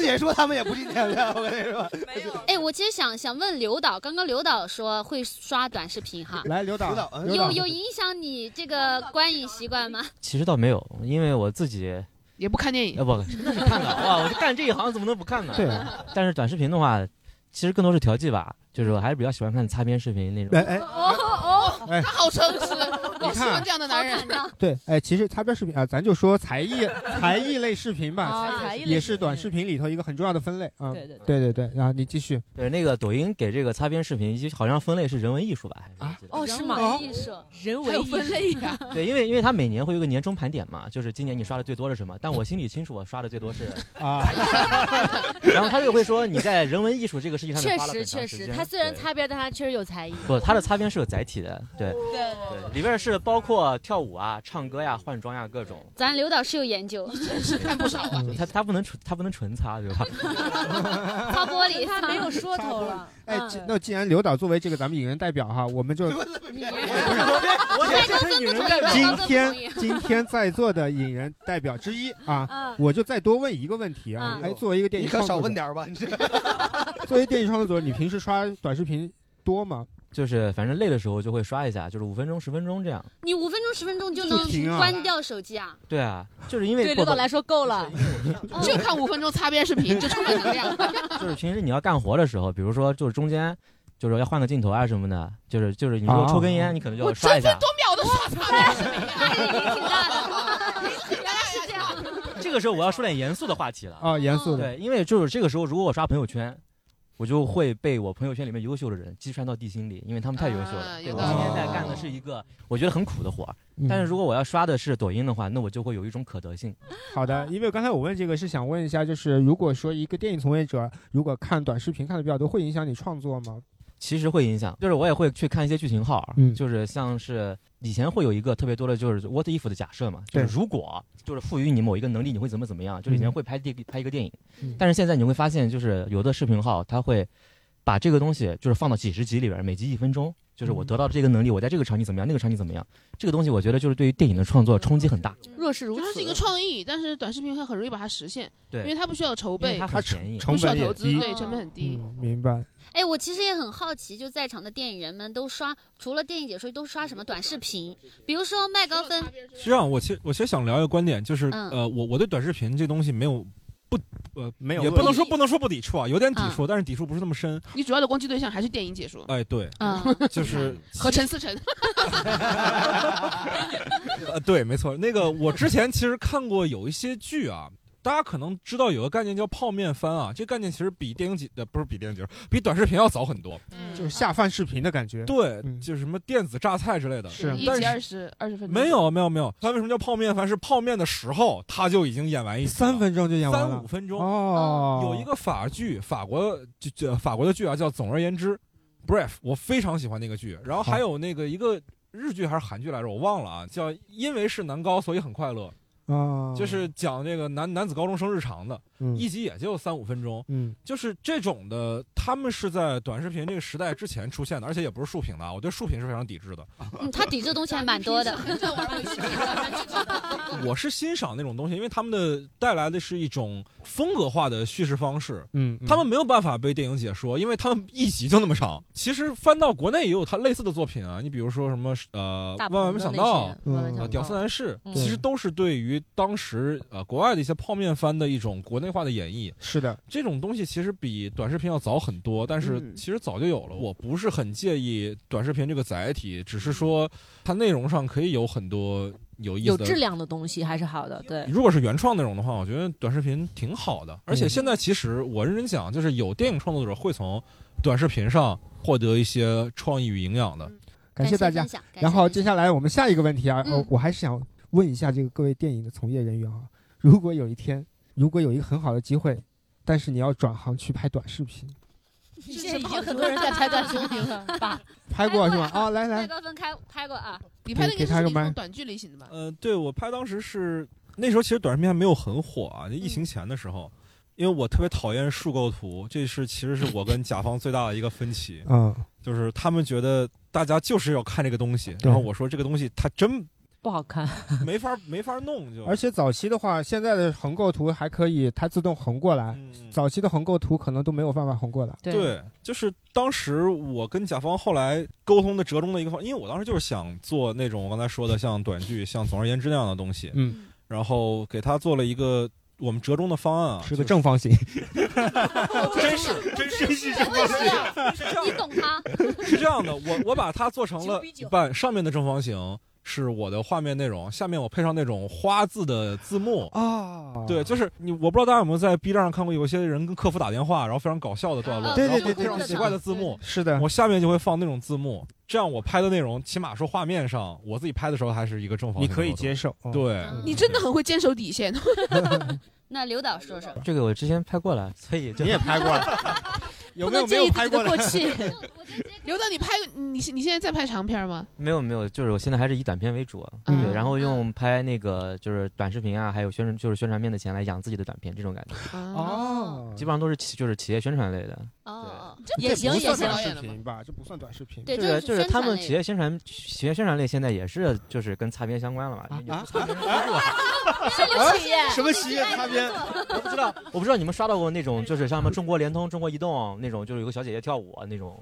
他们也不进电影院，我跟你说。 没有。 哎，我其实想问刘导，刚刚刘导说会刷短视频哈， 来刘导， 有影响你这个观影习惯吗？ 其实倒没有，因为我自己也不看电影。 不，那是看的哇！我就干这一行怎么能不看呢？ 对。 但是短视频的话，其实更多是调剂吧，就是我还是比较喜欢看擦边视频那种。 哎， 他好诚实，我喜欢这样的男人。 对，哎，其实擦边视频啊，咱就说才艺类视频吧，也是短视频里头一个很重要的分类啊。对，然后你继续。 对，那个抖音给这个擦边视频好像分类是人文艺术吧？ 哦，是吗？ 艺术， 人文分类呀。 对，因为它每年会有一个年终盘点嘛，就是今年你刷的最多是什么？但我心里清楚，我刷的最多是啊。 然后他就会说你在人文艺术这个事情上面花了很长时间。 确实，他虽然擦边，但他确实有才艺。 不，他的擦边是有载体的，对，里边是包括跳舞啊、唱歌呀、换装呀各种。 咱刘导是有研究， 是看不少啊。 他不能纯擦，对吧？ 擦玻璃， 他没有说头了。 哎，那既然刘导作为这个咱们影人代表哈，我们就今天在座的影人代表之一啊，我就再多问一个问题啊。哎，作为一个电影， 你可少问点吧，你这。 作为电影创作者，你平时刷短视频多吗？ 就是反正累的时候就会刷一下，就是5分钟10分钟这样。 你5分钟10分钟就能关掉手机啊？ 对啊，就是因为对刘导来说够了， 就看5分钟擦边视频就充满能量。 就是平时你要干活的时候，比如说就是中间就是要换个镜头啊什么的，就是你如果抽根烟，你可能就要刷一下。 我分分多秒的刷擦边视频， 那挺大的。原来是这样。 这个时候我要说点严肃的话题了啊，严肃的。 对，因为就是这个时候，如果我刷朋友圈。我就会被我朋友圈里面优秀的人击穿到地心里，因为他们太优秀了。对，我今天在干的是一个我觉得很苦的活，但是如果我要刷的是抖音的话，那我就会有一种可得性。 好的，因为刚才我问这个是想问一下，就是如果说一个电影从业者如果看短视频看的比较多，会影响你创作吗？ 其实会影响，就是我也会去看一些剧情号，就是像是以前会有一个特别多的就是 what if 的假设嘛，就是如果就是赋予你某一个能力，你会怎么样？就是以前会拍一个电影，但是现在你会发现，就是有的视频号他会把这个东西就是放到几十集里边，每集1分钟，就是我得到的这个能力，我在这个场景怎么样，那个场景怎么样，这个东西我觉得就是对于电影的创作冲击很大。 若是如此， 它是一个创意，但是短视频很容易把它实现， 对， 因为它不需要筹备， 它很便宜， 不需要投资，对，成本很低。 明白。 哎，我其实也很好奇，就在场的电影人们都刷，除了电影解说，都刷什么短视频？比如说麦高芬。 实际上，我其实想聊一个观点，就是我对短视频这东西没有。 没有， 也不能说不抵触啊，有点抵触，但是抵触不是那么深。 你主要的攻击对象还是电影解说。 哎，对，就是和陈思诚。 对，没错。那个我之前其实看过有一些剧啊，大家可能知道有个概念叫泡面番啊，这概念其实比比短视频要早很多， 就是下饭视频的感觉。 对，就是什么电子榨菜之类的。 是 1集20分钟。 没有。它为什么叫泡面番？是泡面的时候，它就已经演完一集 ，3分钟就演完了， 3-5分钟。 哦， 有一个法国的剧啊，叫《总而言之》，Brief， 我非常喜欢那个剧。然后还有那个一个日剧还是韩剧来着，我忘了啊，叫《因为是男高所以很快乐》。就是讲这个男子高中生日常的，一集也就3-5分钟，就是这种的，他们是在短视频这个时代之前出现的，而且也不是竖屏的，我对竖屏是非常抵制的。 他抵制的东西还蛮多的。 我是欣赏那种东西，因为他们的带来的是一种风格化的叙事方式，他们没有办法被电影解说，因为他们一集就那么长。其实翻到国内也有他类似的作品啊，你比如说什么万万没想到，屌丝男士，其实都是对于当时国外的一些泡面番的一种国内化的演绎。 是的， 这种东西其实比短视频要早很多，但是其实早就有了。我不是很介意短视频这个载体，只是说它内容上可以有很多有意思的、 有质量的东西还是好的。对， 如果是原创内容的话，我觉得短视频挺好的。而且现在其实我认真讲，就是有电影创作者会从短视频上获得一些创意与营养的。 感谢大家。然后接下来我们下一个问题啊，我还是想问一下这个各位电影的从业人员啊，如果有一天，如果有一个很好的机会，但是你要转行去拍短视频， 现在已经很多人在拍短视频了吧？ 拍过是吧？啊，来， 麦高芬拍过啊， 你拍的应该是那种短剧类型的吧？ 对，我拍当时是那时候其实短视频还没有很火啊，就疫情前的时候。因为我特别讨厌树构图，这是其实是我跟甲方最大的一个分歧。就是他们觉得大家就是要看这个东西，然后我说这个东西它真不好看， 没法弄就。 而且早期的话，现在的横构图还可以它自动横过来，早期的横构图可能都没有办法横过来。 对，就是当时我跟甲方后来沟通的折中的一个方，因为我当时就是想做那种我刚才说的像短剧、像总而言之那样的东西，然后给他做了一个我们折中的方案啊， 是个正方形， 真是正方形， 你懂他。 是这样的，我把它做成了一半，上面的正方形是我的画面内容，下面我配上那种花字的字幕啊。 对，就是我不知道大家有没有在 B 站上看过，有些人跟客服打电话，然后非常搞笑的段落， 对， 配上奇怪的字幕。 是的， 我下面就会放那种字幕，这样我拍的内容起码说画面上我自己拍的时候还是一个正方形， 你可以接受。 对， 你真的很会坚守底线。 那刘导说说， 这个我之前拍过了，所以你也拍过了。有没有拍过的？ 刘导，你拍你现在在拍长片吗？ 没有，就是我现在还是以短片为主，对，然后用拍那个就是短视频啊，还有宣传片的钱来养自己的短片，这种感觉。 哦， 基本上都是就是企业宣传类的。 哦， 也行，也行。短视频吧，这不算短视频。 对， 就是他们企业宣传类现在也是就是跟擦边相关了嘛。 什么企业？ 什么企业擦边？ 我不知道你们刷到过那种，就是像什么中国联通、中国移动那种，就是有个小姐姐跳舞那种。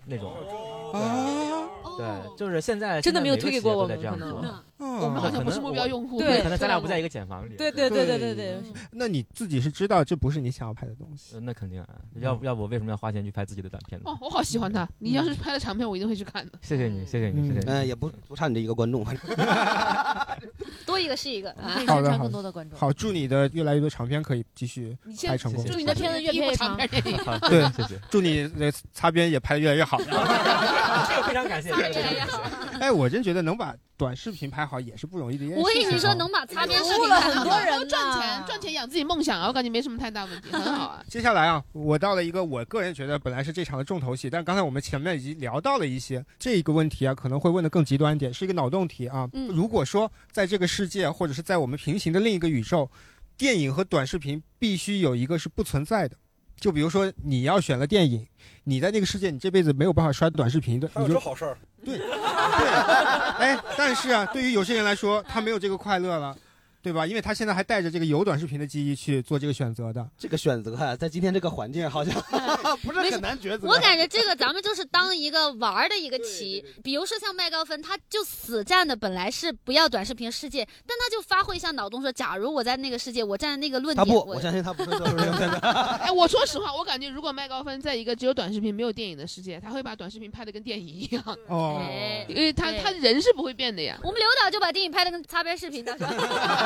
对，就是现在真的没有推给过我们这样做。 我们好像不是目标用户， 对，可能咱俩不在一个茧房里。 对。 那你自己是知道这不是你想要拍的东西？ 那肯定啊，要不我为什么要花钱去拍自己的短片呢？ 哦，我好喜欢他，你要是拍了长片，我一定会去看的。 谢谢你。 也不差你这一个观众， 多一个是一个。 好的， 更多的观众。 好，祝你的越来越多长片可以继续拍成功。 祝你的片子越拍越长。 对，谢谢。祝你的擦边也拍得越来越好。 这个非常感谢。 哎，我真觉得能把短视频拍好也是不容易的一件事。 我跟你说，能把擦边视频了很多人赚钱养自己梦想啊，我感觉没什么太大问题，很好啊。 接下来啊，我到了一个我个人觉得本来是这场的重头戏，但刚才我们前面已经聊到了一些这个问题啊，可能会问得更极端一点，是一个脑洞题啊。如果说在这个世界或者是在我们平行的另一个宇宙，电影和短视频必须有一个是不存在的。就比如说你要选了电影，你在那个世界你这辈子没有办法刷短视频的， 还有这好事儿。 对，哎，但是啊，对于有些人来说，他没有这个快乐了。对吧？因为他现在还带着这个有短视频的记忆去做这个选择的。 这个选择啊，在今天这个环境好像不是很难抉择。 我感觉这个咱们就是当一个玩的一个棋。比如说像麦高芬，他就死站的本来是不要短视频世界，但他就发挥一下脑洞说，假如我在那个世界，我站在那个论点， 我相信他不会做出这样的。 哎，我说实话，我感觉如果麦高芬在一个只有短视频没有电影的世界，他会把短视频拍的跟电影一样。 哦， 因为他人是不会变的呀。 我们刘导就把电影拍的跟擦边视频到时候。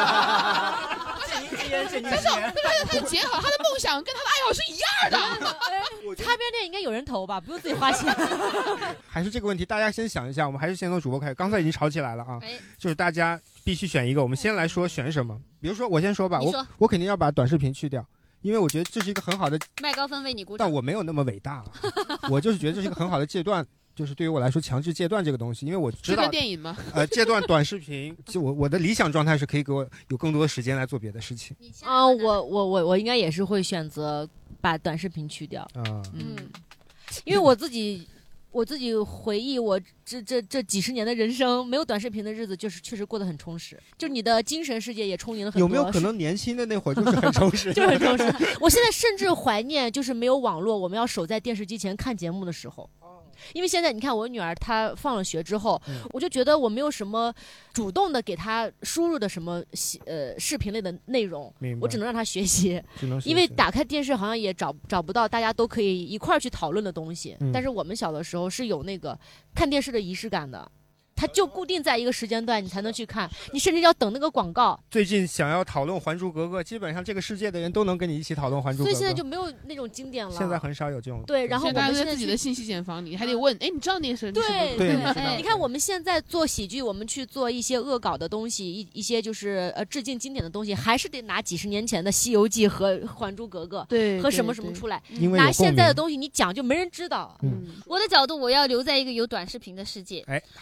但是他结好，他的梦想跟他的爱好是一样的。 擦边店应该有人投吧，不用自己花钱。 还是这个问题，大家先想一下，我们还是先从主播开始。刚才已经吵起来了啊，就是大家必须选一个。我们先来说选什么，比如说我先说吧，我肯定要把短视频去掉。因为我觉得这是一个很好的麦高芬为你鼓掌， 但我没有那么伟大，我就是觉得这是一个很好的戒断，就是对于我来说强制戒断这个东西，因为我知道是个电影吗？ 戒断短视频，就我的理想状态是可以给我有更多的时间来做别的事情。 我应该也是会选择把短视频去掉，因为我自己回忆我这几十年的人生，没有短视频的日子，就是确实过得很充实。就你的精神世界也充盈了很多。 有没有可能年轻的那会儿就是很充实？ 就是很充实。我现在甚至怀念，就是没有网络，我们要守在电视机前看节目的时候。因为现在你看我女儿她放了学之后，我就觉得我没有什么主动的给她输入的什么视频类的内容，我只能让她学习。因为打开电视好像也找不到大家都可以一块儿去讨论的东西。但是我们小的时候是有那个看电视的仪式感的。它就固定在一个时间段，你才能去看，你甚至要等那个广告。 最近想要讨论《还珠格格》，基本上这个世界的人都能跟你一起讨论《还珠格格》， 所以现在就没有那种经典了。 现在很少有这种。 对，然后我们现在自己的信息茧房里还得问，哎，你知道那个事？ 对，你看我们现在做喜剧，我们去做一些恶搞的东西，一些就是致敬经典的东西，还是得拿几十年前的《西游记》和《还珠格格》和什么什么出来，拿现在的东西你讲就没人知道。 我的角度我要留在一个有短视频的世界。 哎，好。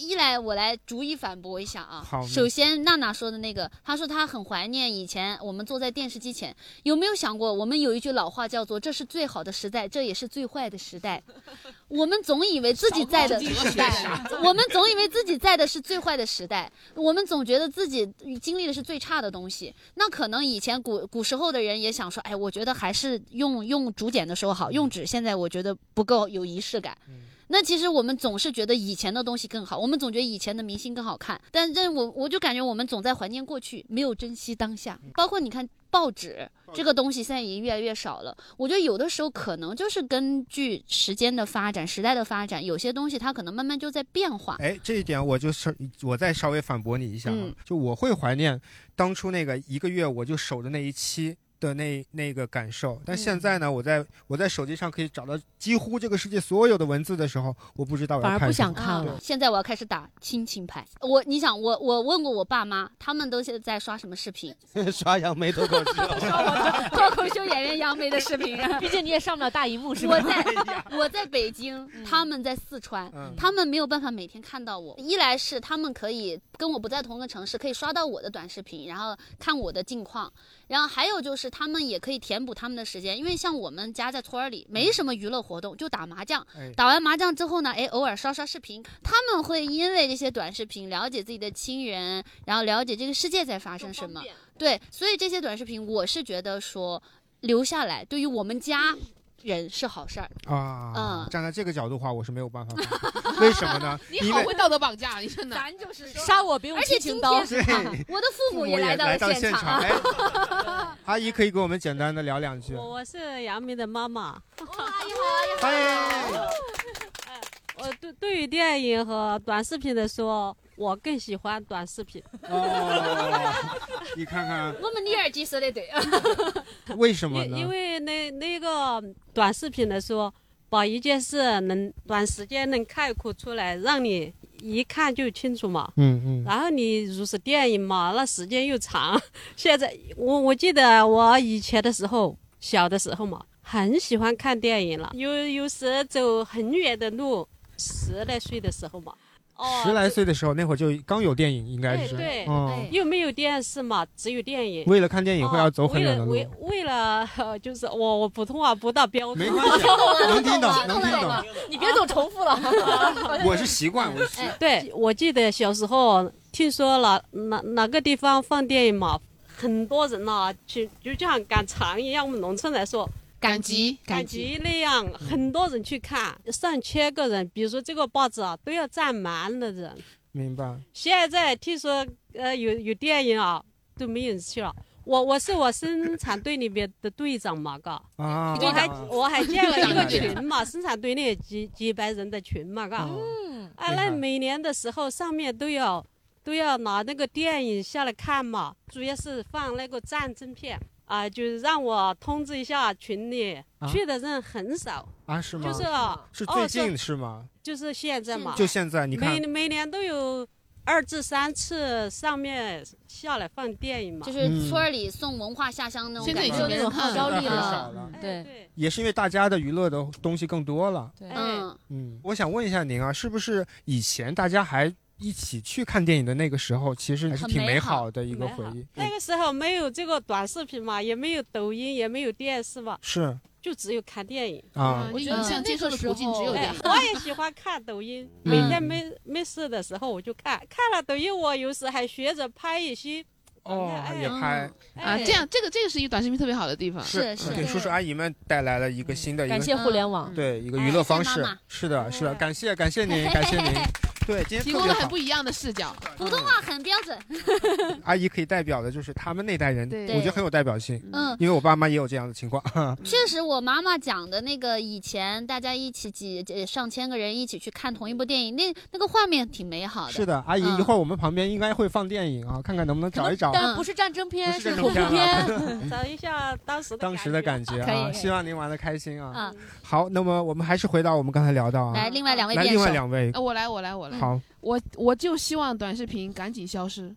一来我来逐一反驳一下啊。 好， 首先娜娜说的那个，她说她很怀念以前我们坐在电视机前，有没有想过我们有一句老话叫做这是最好的时代，这也是最坏的时代。我们总以为自己在的时代，我们总以为自己在的是最坏的时代，我们总觉得自己经历的是最差的东西。那可能以前古时候的人也想说，哎，我觉得还是用竹简的时候好，用纸现在我觉得不够有仪式感。那其实我们总是觉得以前的东西更好，我们总觉得以前的明星更好看，但我就感觉我们总在怀念过去，没有珍惜当下。包括你看报纸这个东西现在已经越来越少了，我觉得有的时候可能就是根据时间的发展、时代的发展，有些东西它可能慢慢就在变化。 哎，这一点我再稍微反驳你一下，就我会怀念当初那个1个月我就守着那一期的那个感受，但现在呢，我在手机上可以找到几乎这个世界所有的文字的时候，我不知道我要看什么， 反而不想看了。 现在我要开始打亲情牌。你想我问过我爸妈，他们都现在在刷什么视频？ 刷杨梅脱口秀， 脱口秀演员杨梅的视频。 毕竟你也上不了大荧幕，是吧？ 我在北京，他们在四川，他们没有办法每天看到我。一来是他们可以跟我不在同一个城市，可以刷到我的短视频，然后看我的近况。然后还有就是他们也可以填补他们的时间，因为像我们家在村里没什么娱乐活动，就打麻将。打完麻将之后呢，偶尔刷刷视频。他们会因为这些短视频了解自己的亲人，然后了解这个世界在发生什么。对，所以这些短视频我是觉得说留下来，对于我们家人是好事儿啊。站在这个角度的话，我是没有办法为什么呢？ 你好会道德绑架，你真的。 咱就是说杀我别用亲情刀。 而且今天我的父母也来到了现场。 阿姨可以给我们简单的聊两句。 我是杨梅的妈妈。 阿姨好，阿姨好。 我对于电影和短视频的说，我更喜欢短视频。 你看看， 我们你耳机说的对。 为什么呢？ 因为那个短视频的说，把一件事短时间能概括出来，让你一看就清楚嘛。然后你如是电影嘛，那时间又长。现在我记得我以前的时候，小的时候嘛，很喜欢看电影了。有时走很远的路，10来岁的时候嘛。 10来岁的时候，那会儿就刚有电影，应该是对，又没有电视嘛，只有电影。 为了看电影会要走很远的路。 为了就是我普通话不到标准， 没关系，能听懂，能听懂。 你别总重复了。 我是习惯， 对，我记得小时候听说了哪个地方放电影嘛，很多人呐，就像赶场一样，我们农村来说。 赶集那样，很多人去看，上千个人，比如说这个报纸啊，都要站满了人。 明白。 现在听说有电影啊，都没人去了。我是我生产队里面的队长嘛，嘎。我还建了一个群嘛，生产队那几百人的群嘛，嘎。那每年的时候上面都要拿那个电影下来看嘛，主要是放那个战争片。就是让我通知一下群里，去的人很少啊？是吗？ 就是最近是吗？ 就是现在嘛。 就现在，你看， 每年都有2至3次上面下来放电影嘛。 就是村里送文化下乡那种感觉， 现在已经那种号召力了。 对， 也是因为大家的娱乐的东西更多了。 对， 我想问一下您啊，是不是以前大家还一起去看电影的那个时候，其实还是挺美好的一个回忆。 那个时候没有这个短视频嘛，也没有抖音，也没有电视嘛， 是就只有看电影啊。 我觉得像接受的途径只有这样。 我也喜欢看抖音，每天没事的时候我就看了抖音，我有时还学着拍一些。 也拍这样这个是一个短视频特别好的地方。 是给叔叔阿姨们带来了一个新的感谢互联网， 对一个娱乐方式。是的，感谢您，感谢您。对，今天提供了很不一样的视角， 普通话很标准。 阿姨可以代表的就是他们那代人，我觉得很有代表性。因为我爸妈也有这样的情况。 确实，我妈妈讲的那个以前大家一起上千个人一起去看同一部电影，那个画面挺美好的。 是的，阿姨，一会儿我们旁边应该会放电影啊，看看能不能找一找。 但不是战争片，是恐怖片。找一下当时的感觉啊，希望您玩得开心啊。好，那么我们还是回到我们刚才聊到啊， 来另外两位， 来另外2位， 我来。 好， 我就希望短视频赶紧消失。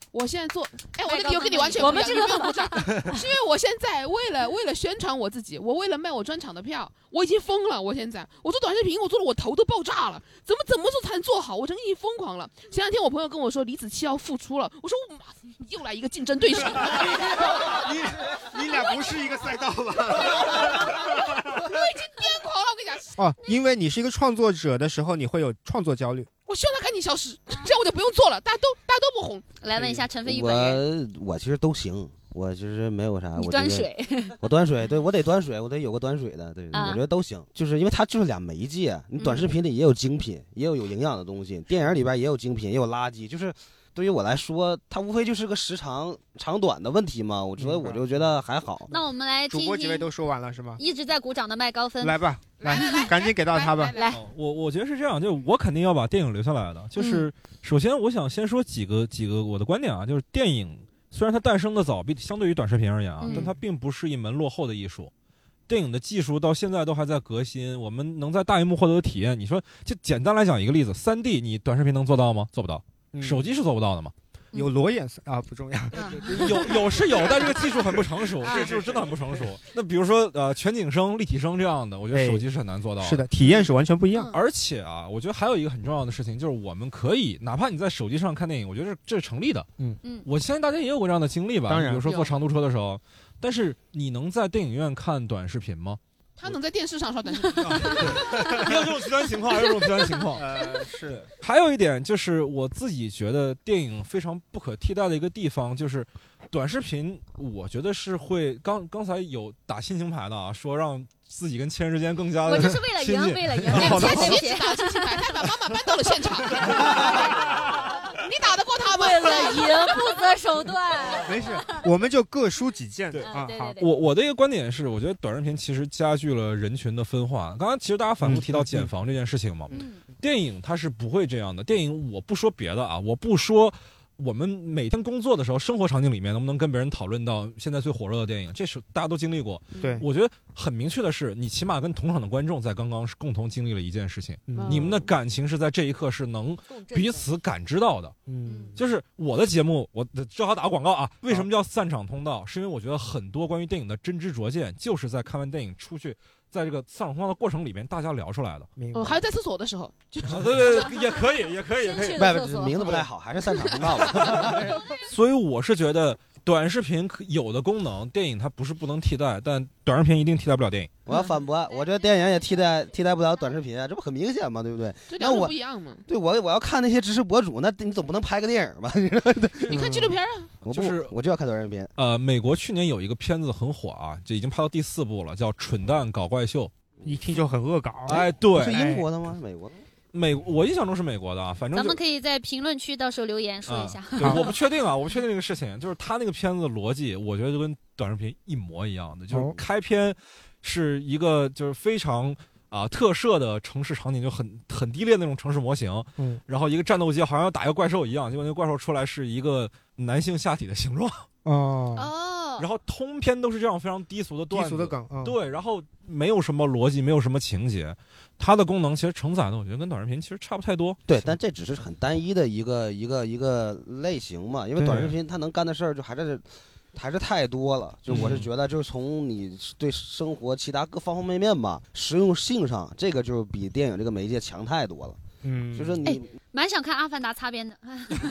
我现在做，哎，我的理由跟你完全不一样， 我们这个不用鼓掌，是因为我现在为了宣传我自己，我为了卖我专场的票，我已经疯了。我现在我做短视频，我做的我头都爆炸了，怎么做才能做好？我真已经疯狂了。前两天我朋友跟我说李子柒要复出了，我说又来一个竞争对手。 你俩不是一个赛道吧？ 我已经癫狂了，我跟你讲。 哦，因为你是一个创作者的时候，你会有创作焦虑。 我希望他赶紧消失，这样我就不用做了，大家都不红。 来问一下陈飞宇本人， 我其实都行，我其实没有啥。 你端水， 我端水，对我得端水，我得有个端水的，对，我觉得都行。就是因为它就是俩媒介，你短视频里也有精品，也有营养的东西，电影里边也有精品，也有垃圾，就是对于我来说，它无非就是个时长长短的问题嘛。我就觉得还好。 那我们来听听， 主播几位都说完了是吗？ 一直在鼓掌的麦高芬， 来吧，来，赶紧给到他吧。 来， 我觉得是这样，就是我肯定要把电影留下来的。就是首先我想先说几个我的观点啊，就是电影虽然它诞生的早，相对于短视频而言啊，但它并不是一门落后的艺术。电影的技术到现在都还在革新，我们能在大荧幕获得的体验，你说就简单来讲一个例子，3D 你短视频能做到吗？做不到，手机是做不到的嘛。 有裸眼啊，不重要。 有是有，但这个技术很不成熟，这技术真的很不成熟。那比如说全景声、立体声这样的，我觉得手机是很难做到的。 是的，体验是完全不一样。 而且啊，我觉得还有一个很重要的事情，就是我们可以，哪怕你在手机上看电影，我觉得这是成立的。我相信大家也有过这样的经历吧？ 当然， 比如说坐长途车的时候，但是你能在电影院看短视频吗？ 他能在电视上刷短视频， 也有这种极端情况，还有这种极端情况。 是。 还有一点就是，我自己觉得电影非常不可替代的一个地方，就是短视频，我觉得是会刚才有打亲情牌的啊，说让自己跟亲人之间更加的， 我就是为了赢，为了赢， 对不起，打亲情牌，他把妈妈搬到了现场。你打得过他吗？ 为了赢不择手段。 没事，我们就各抒己见。 对啊，好。 我的一个观点是，我觉得短视频其实加剧了人群的分化。刚刚其实大家反复提到减房这件事情嘛，电影它是不会这样的。电影我不说别的啊，我不说我们每天工作的时候，生活场景里面能不能跟别人讨论到现在最火热的电影，这是大家都经历过。 对， 我觉得很明确的是，你起码跟同场的观众在刚刚是共同经历了一件事情，你们的感情是在这一刻是能彼此感知到的。就是我的节目，我正好打个广告啊，为什么叫散场通道？是因为我觉得很多关于电影的真知灼见，就是在看完电影出去。在这个散场通道的过程里面，大家聊出来的。 还有在厕所的时候， 对，也可以。 名字不太好，还是散场通道吧。 所以我是觉得，短视频有的功能，电影它不是不能替代，但短视频一定替代不了电影。 我要反驳，我觉得电影也替代不了短视频啊，这不很明显吗？对不对？ 这两种不一样嘛。 对我要看那些知识博主，那你总不能拍个电影吧？ 你看纪录片啊。 我就要看短视频。 美国去年有一个片子很火啊，就已经拍到第4部了，叫《蠢蛋搞怪秀》， 一听就很恶搞。 哎，对， 是英国的吗？美国的？ 我印象中是美国的啊，反正咱们可以在评论区到时候留言说一下。 对，我不确定啊，我不确定这个事情，就是他那个片子的逻辑，我觉得就跟短视频一模一样的，就是开篇是一个就是非常特摄的城市场景，就很低劣那种城市模型，然后一个战斗机好像要打一个怪兽一样，结果那个怪兽出来是一个男性下体的形状。然后通篇都是这样非常低俗的段子， 低俗的梗， 对，然后没有什么逻辑，没有什么情节，它的功能其实承载的，我觉得跟短视频其实差不太多。 对，但这只是很单一的一个类型嘛，因为短视频它能干的事儿就还是太多了。就我是觉得，就是从你对生活其他各方方面面吧，实用性上，这个就比电影这个媒介强太多了。就是你蛮想看《阿凡达》擦边的，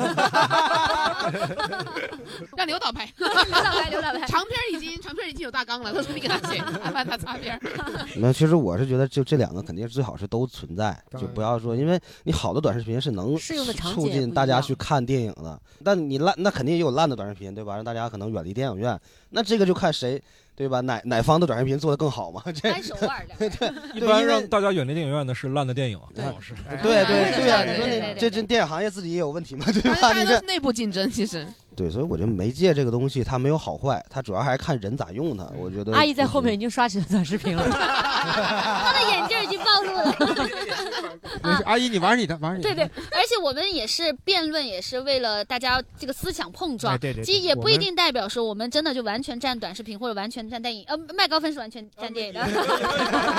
让刘导拍， 刘导拍， 长片已经有大纲了，他说你给他写《阿凡达》擦边。 那其实我是觉得，就这两个肯定最好是都存在，就不要说，因为你好的短视频是能促进大家去看电影的，但你烂，那肯定也有烂的短视频，对吧？让大家可能远离电影院，那这个就看谁。对吧？哪方的短视频做得更好嘛？ 拍手腕的。 对， 一般让大家远离电影院的是烂的电影， 对老师。 对啊！你说这电影行业自己也有问题嘛？对吧？ 大家都是内部竞争，其实。 对，所以我觉得媒介这个东西它没有好坏，它主要还是看人咋用它。我觉得阿姨在后面已经刷起了短视频了， 她的眼镜已经暴露了。 阿姨，你玩你的，玩你的。 对，而且我们也是辩论，也是为了大家这个思想碰撞。 对， 其实也不一定代表说我们真的就完全站短视频或者完全站电影。麦高芬是完全站电影的。 我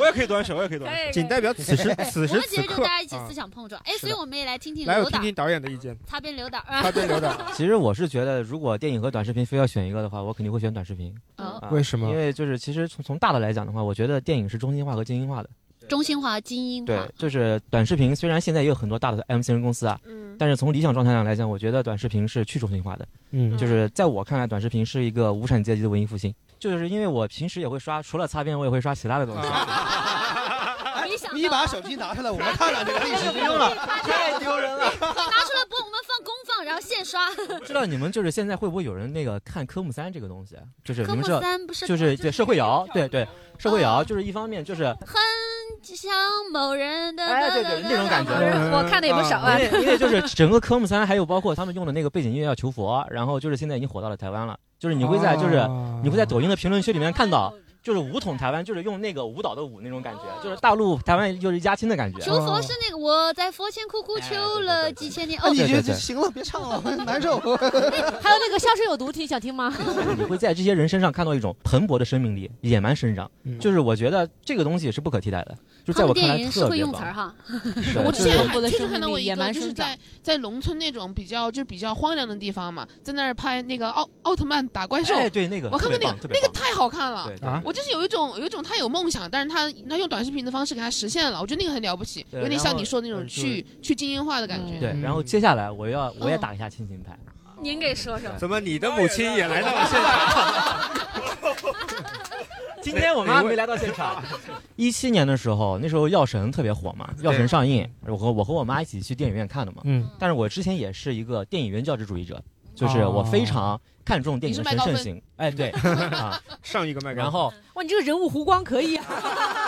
我也可以短手， 仅代表此时此刻。 我们其实就大家一起思想碰撞。所以我们也来听听来， 刘导， 我听听导演的意见。 擦边刘导， 擦边刘导。 其实我是觉得，如果电影和短视频非要选一个的话，我肯定会选短视频。 为什么？ 因为就是其实从大的来讲的话，我觉得电影是中心化和精英化的。 中心化、精英化。 对，就是短视频，虽然现在也有很多大的 MCN 公司啊，但是从理想状态上来讲，我觉得短视频是去中心化的。就是在我看来，短视频是一个无产阶级的文艺复兴。就是因为我平时也会刷，除了擦边，我也会刷其他的东西。 你把手机拿出来，我们看看这个历史记录了，太丢人了。 拿出来播，我们放公放，然后现刷。 不知道你们就是现在会不会有人那个看科目3这个东西？就是你们知道， 就是对社会摇，对社会摇，就是一方面就是很像某人的， 对那种感觉， 我看的也不少啊。 因为就是整个科目3，还有包括他们用的那个背景音乐叫求佛，然后就是现在已经火到了台湾了。就是你会在抖音的评论区里面看到。就是武统台湾，就是用那个舞蹈的舞那种感觉，就是大陆台湾就是一家亲的感觉。 求佛是那个我在佛前苦苦求了几千年。 你就行了，别唱了，难受。 还有那个笑声有毒听，想听吗？ 你会在这些人身上看到一种蓬勃的生命力、野蛮生长，就是我觉得这个东西是不可替代的。就在我看来特别棒。 我之前听说看到过一个，就是在农村那种比较荒凉的地方嘛，在那儿拍那个奥特曼打怪兽。 对那个， 我看过那个太好看了。 我就是有一种他有梦想，但是他用短视频的方式给他实现了，我觉得那个很了不起，有点像你说的那种去精英化的感觉。 对，然后接下来我也打一下亲情牌。 您给说说。 怎么你的母亲也来到了现场？ 今天我妈没来到现场。17年的时候，那时候《药神》特别火嘛，《药神》上映，我和我妈一起去电影院看的嘛。但是我之前也是一个电影原教旨主义者。就是我非常看重电影的神圣性，对啊， 上一个麦高芬， 然后哇，你这个人物弧光可以啊，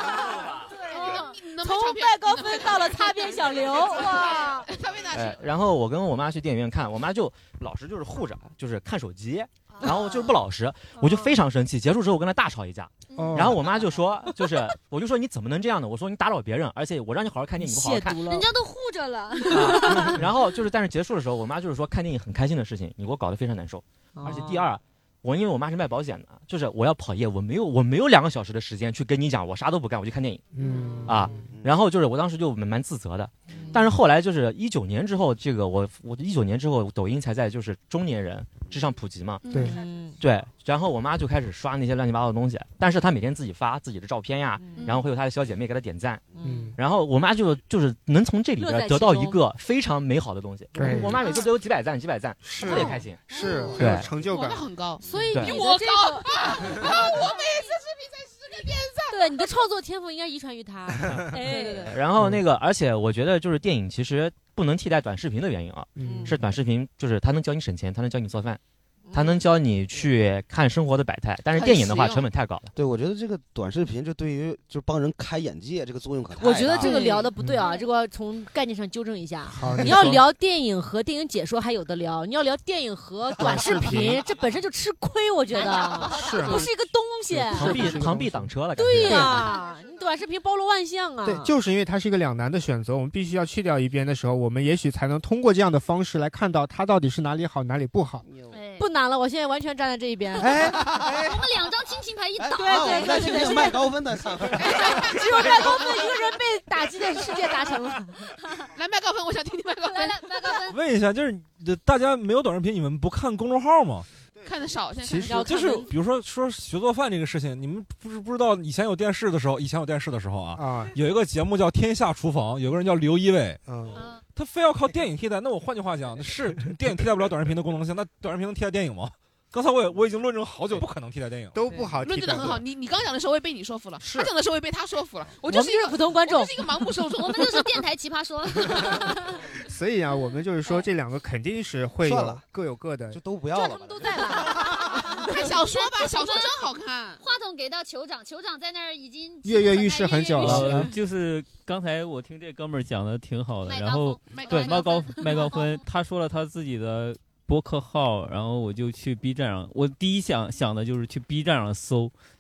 从麦高芬到了擦边小刘，哇， 擦边大师。 然后我跟我妈去电影院看，我妈就老是就是护着，就是看手机。然后就是不老实，我就非常生气。结束之后我跟她大吵一架，然后我妈就说，我就说你怎么能这样呢？我说你打扰别人，而且我让你好好看电影，你不好好看， 人家都护着了。 然后但是结束的时候，我妈就是说看电影很开心的事情，你给我搞得非常难受。而且第二，因为我妈是卖保险的，就是我要跑业，我没有2个小时的时间去跟你讲，我啥都不干，我就看电影。然后就是我当时就蛮自责的。但是后来就是19年之后，这个我19年之后，抖音才在就是中年人之上普及嘛。对，然后我妈就开始刷那些乱七八糟的东西，但是她每天自己发自己的照片呀，然后会有她的小姐妹给她点赞，然后我妈就是能从这里边得到一个非常美好的东几我妈每次都有几百赞，特别开心， 是对成就感很高， 所以比我高我每次视频才10个点赞。 对，你的创作天赋应该遗传于他。对。 然后而且我觉得就是电影其实不能替代短视频的原因啊，是短视频就是它能教你省钱，它能教你做饭。它能教你去看生活的百态，但是电影的话成本太高了。 对，我觉得这个短视频对于就帮人开眼界这个作用可太大了。 我觉得这个聊的不对啊，这个从概念上纠正一下。你要聊电影和电影解说还有的聊，你要聊电影和短视频，这本身就吃亏，我觉得是不是一个东西。 螳臂挡车了。 对呀，你短视频包罗万象啊。 对，就是因为它是一个两难的选择，我们必须要去掉一边的时候，我们也许才能通过这样的方式来看到它到底是哪里好，哪里不好。 不难了，我现在完全站在这一边。 我们2张亲情牌一倒， 对，再听听麦高芬的看法。 只有麦高芬一个人被打击的世界达成了。 来，麦高芬，我想听听麦高芬。 来，麦高芬。 问一下，就是大家没有短视频，你们不看公众号吗？ 看的少， 其实就是比如说学做饭这个事情，你们不知道以前有电视的时候啊，有一个节目叫《天下厨房》，有个人叫刘一伟，他非要靠电影替代。那我换句话讲，是电影替代不了短视频的功能性，那短视频能替代电影吗？刚才我已经论证好久，不可能替代电影， 都不好替代。 论证的很好，你刚讲的时候我也被你说服了，他讲的时候我也被他说服了。我就是一个普通观众， 我就是一个盲目受众， 我们就是电台奇葩说。 所以啊，我们就是说这2个肯定是会有各有各的， 就都不要了。 他们都在了。 看小说吧，小说真好看。 话筒给到酋长在那儿已经跃跃欲试很久了。 就是刚才我听这哥们儿讲的挺好的，然后对麦高芬他说了他自己的播客号，然后我就去 B 站上，我第一想的就是去 B 站上搜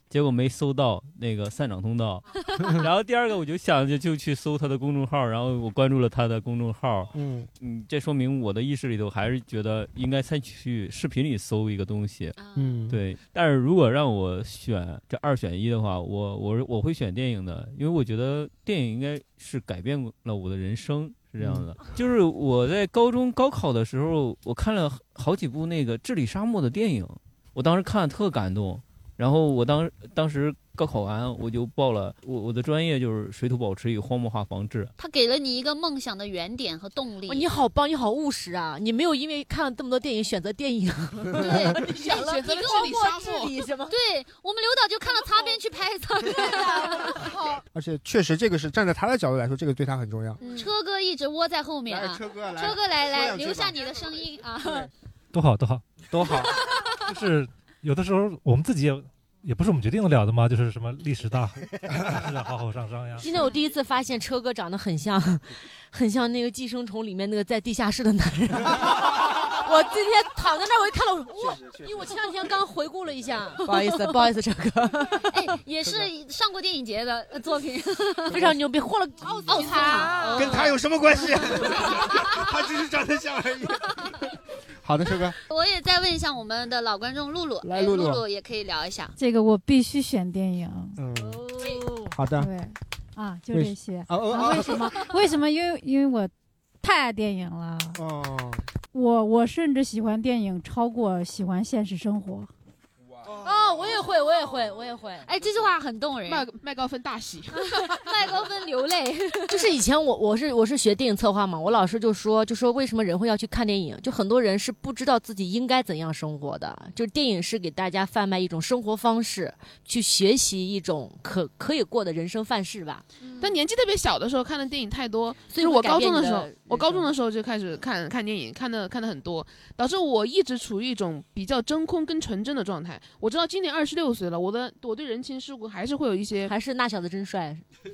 结果没搜到那个散场通道，然后第二个我就想就去搜他的公众号，然后我关注了他的公众号。这说明我的意识里头还是觉得应该先去视频里搜一个东西。对。但是如果让我选这2选1的话，我会选电影的，因为我觉得电影应该是改变了我的人生。是这样的，就是我在高中高考的时候，我看了好几部那个治理沙漠的电影，我当时看了特感动。然后我当时高考完，我就报了我的专业就是水土保持与荒漠化防治。 他给了你一个梦想的原点和动力。 你好棒，你好务实啊！你没有因为看了这么多电影选择电影， 对， 选择了治理沙漠什么？ 对，我们刘导就看了擦边去拍擦边。 而且确实这个是站在他的角度来说，这个对他很重要。 车哥一直窝在后面啊， 车哥来留下你的声音啊。 都好， 就是有的时候我们自己也不是我们决定得了的嘛，就是什么历史大好好上呀。 今天我第一次发现车哥长得很像那个《寄生虫》里面那个在地下室的男人。我今天躺在那儿，我一看到，哇，因为我前2天刚回顾了一下，不好意思，车哥。 也是上过电影节的作品， 非常牛逼，获了奥斯卡。 跟他有什么关系？他只是长得像而已。好的，车哥。 我也再问一下我们的老观众露露， 来，露露也可以聊一下。 这个我必须选电影。 好的。 对，就这些。为什么？为什么？因为我太爱电影了。我甚至喜欢电影超过喜欢现实生活。 我也会。 哎，这句话很动人。 麦高芬大喜， 麦高芬流泪。 就是以前我是学电影策划嘛，我老师就说为什么人会要去看电影？就很多人是不知道自己应该怎样生活的，就是电影是给大家贩卖一种生活方式，去学习一种可以过的人生范式吧。 但年纪特别小的时候看的电影太多， 所以我高中的时候就开始看电影，看的很多，导致我一直处于一种比较真空跟纯真的状态。我知道今年26岁了，我对人情世故还是会有一些， 还是那小子真帅，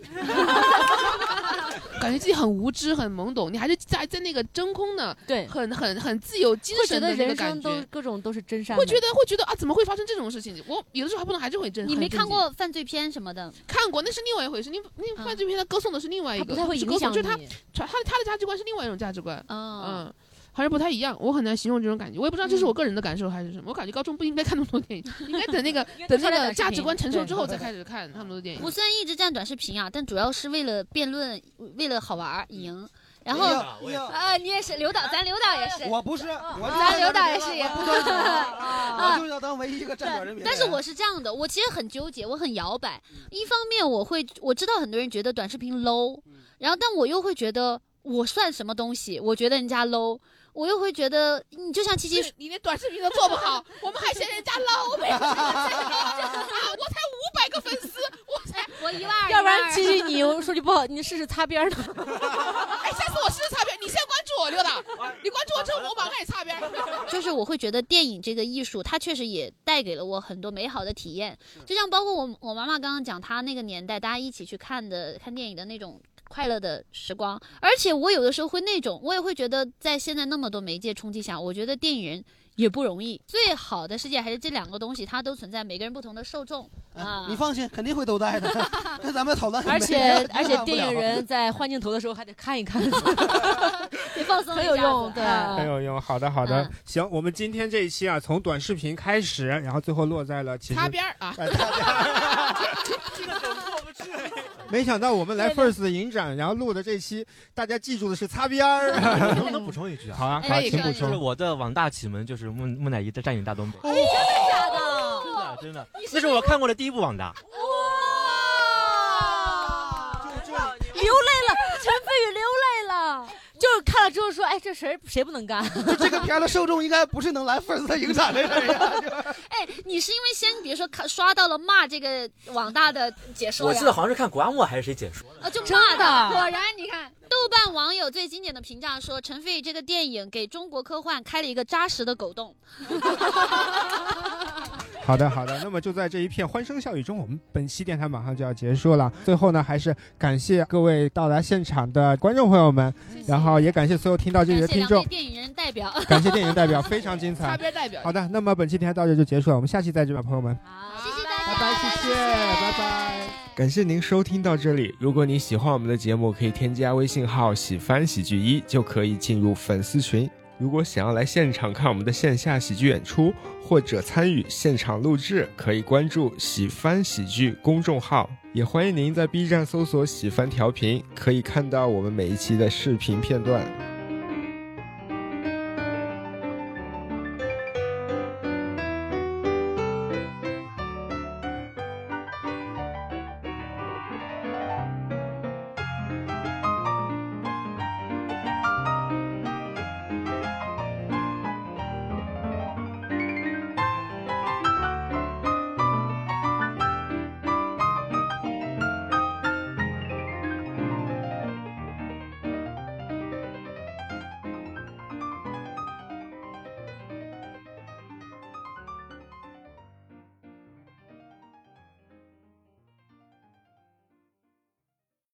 感觉自己很无知很懵懂，你还是在那个真空的， 对， 很自由精神的那个感觉， 会觉得人生各种都是真善美， 会觉得啊，怎么会发生这种事情？我有的时候还是会真。 你没看过犯罪片什么的？ 看过，那是另外一回事。你犯罪片他歌颂的是另外一个， 不太会影响你， 就是他的价值观是另外一种价值观，还是不太一样。我很难形容这种感觉，我也不知道这是我个人的感受还是什么。我感觉高中不应该看那么多电影，应该等那个价值观成熟之后再开始看那么多电影。 我虽然一直站短视频啊，但主要是为了辩论，为了好玩赢。然后你也是刘导，咱刘导也是。 我不是， 咱刘导也是也。 我就要当唯一一个站短视频。 但是我是这样的，我其实很纠结，我很摇摆。一方面我知道很多人觉得短视频 low， 然后但我又会觉得我算什么东西？我觉得人家 low。我又会觉得，你就像七七， 你连短视频都做不好，我们还嫌人家 low 呗？我才500个粉丝， 我12000， 要不然七七你说句不好，你试试擦边呢？ 哎，下次我试试擦边，你先关注我刘导，你关注我之后我马上也擦边。 就是我会觉得电影这个艺术，它确实也带给了我很多美好的体验，就像包括我妈妈刚刚讲，她那个年代大家一起去看电影的那种快乐的时光，而且我有的时候我也会觉得，在现在那么多媒介冲击下，我觉得电影人也不容易。最好的世界还是这2个东西，它都存在每个人不同的受众啊。 你放心，肯定会都在的。跟咱们讨论。 而且电影人在换镜头的时候还得看一看， 得放松一下， 很有用，对， 很有用。好的，行，我们今天这一期啊，从短视频开始，然后最后落在了其实擦边啊。 这个梗过不去。没想到我们来 First 影展，然后录的这期，大家记住的是擦边儿。 能不能补充一句啊？ 好啊，好，请补充。 就是我的网大启蒙就是木乃伊的战影大东北。 真的假的？ 真的，那是我看过的第一部网大。 流泪了，陈飞宇流泪了。就是看了之后说，哎，这谁不能干？ 这个片的受众应该不是能来First的影展的人呀。 哎，你是因为先比如说刷到了骂这个网大的解说， 我记得好像是看古阿莫还是谁解说的，就骂的。果然你看，豆瓣网友最经典的评价说，陈飞宇这个电影给中国科幻开了一个扎实的狗洞。 好的，那么就在这一片欢声笑语中，我们本期电台马上就要结束了。最后呢，还是感谢各位到达现场的观众朋友们，然后也感谢所有听到这里的听众。 感谢2位电影人代表， 感谢电影代表，非常精彩。 擦边代表。 好的，那么本期电台到这就结束了，我们下期再见吧，朋友们。 好，谢谢大家。 拜拜，谢谢，拜拜。 感谢您收听到这里。如果你喜欢我们的节目，可以添加微信号喜翻喜剧1，就可以进入粉丝群。如果想要来现场看我们的线下喜剧演出，或者参与现场录制，可以关注喜翻喜剧公众号。也欢迎您在 B 站搜索喜翻调频，可以看到我们每一期的视频片段。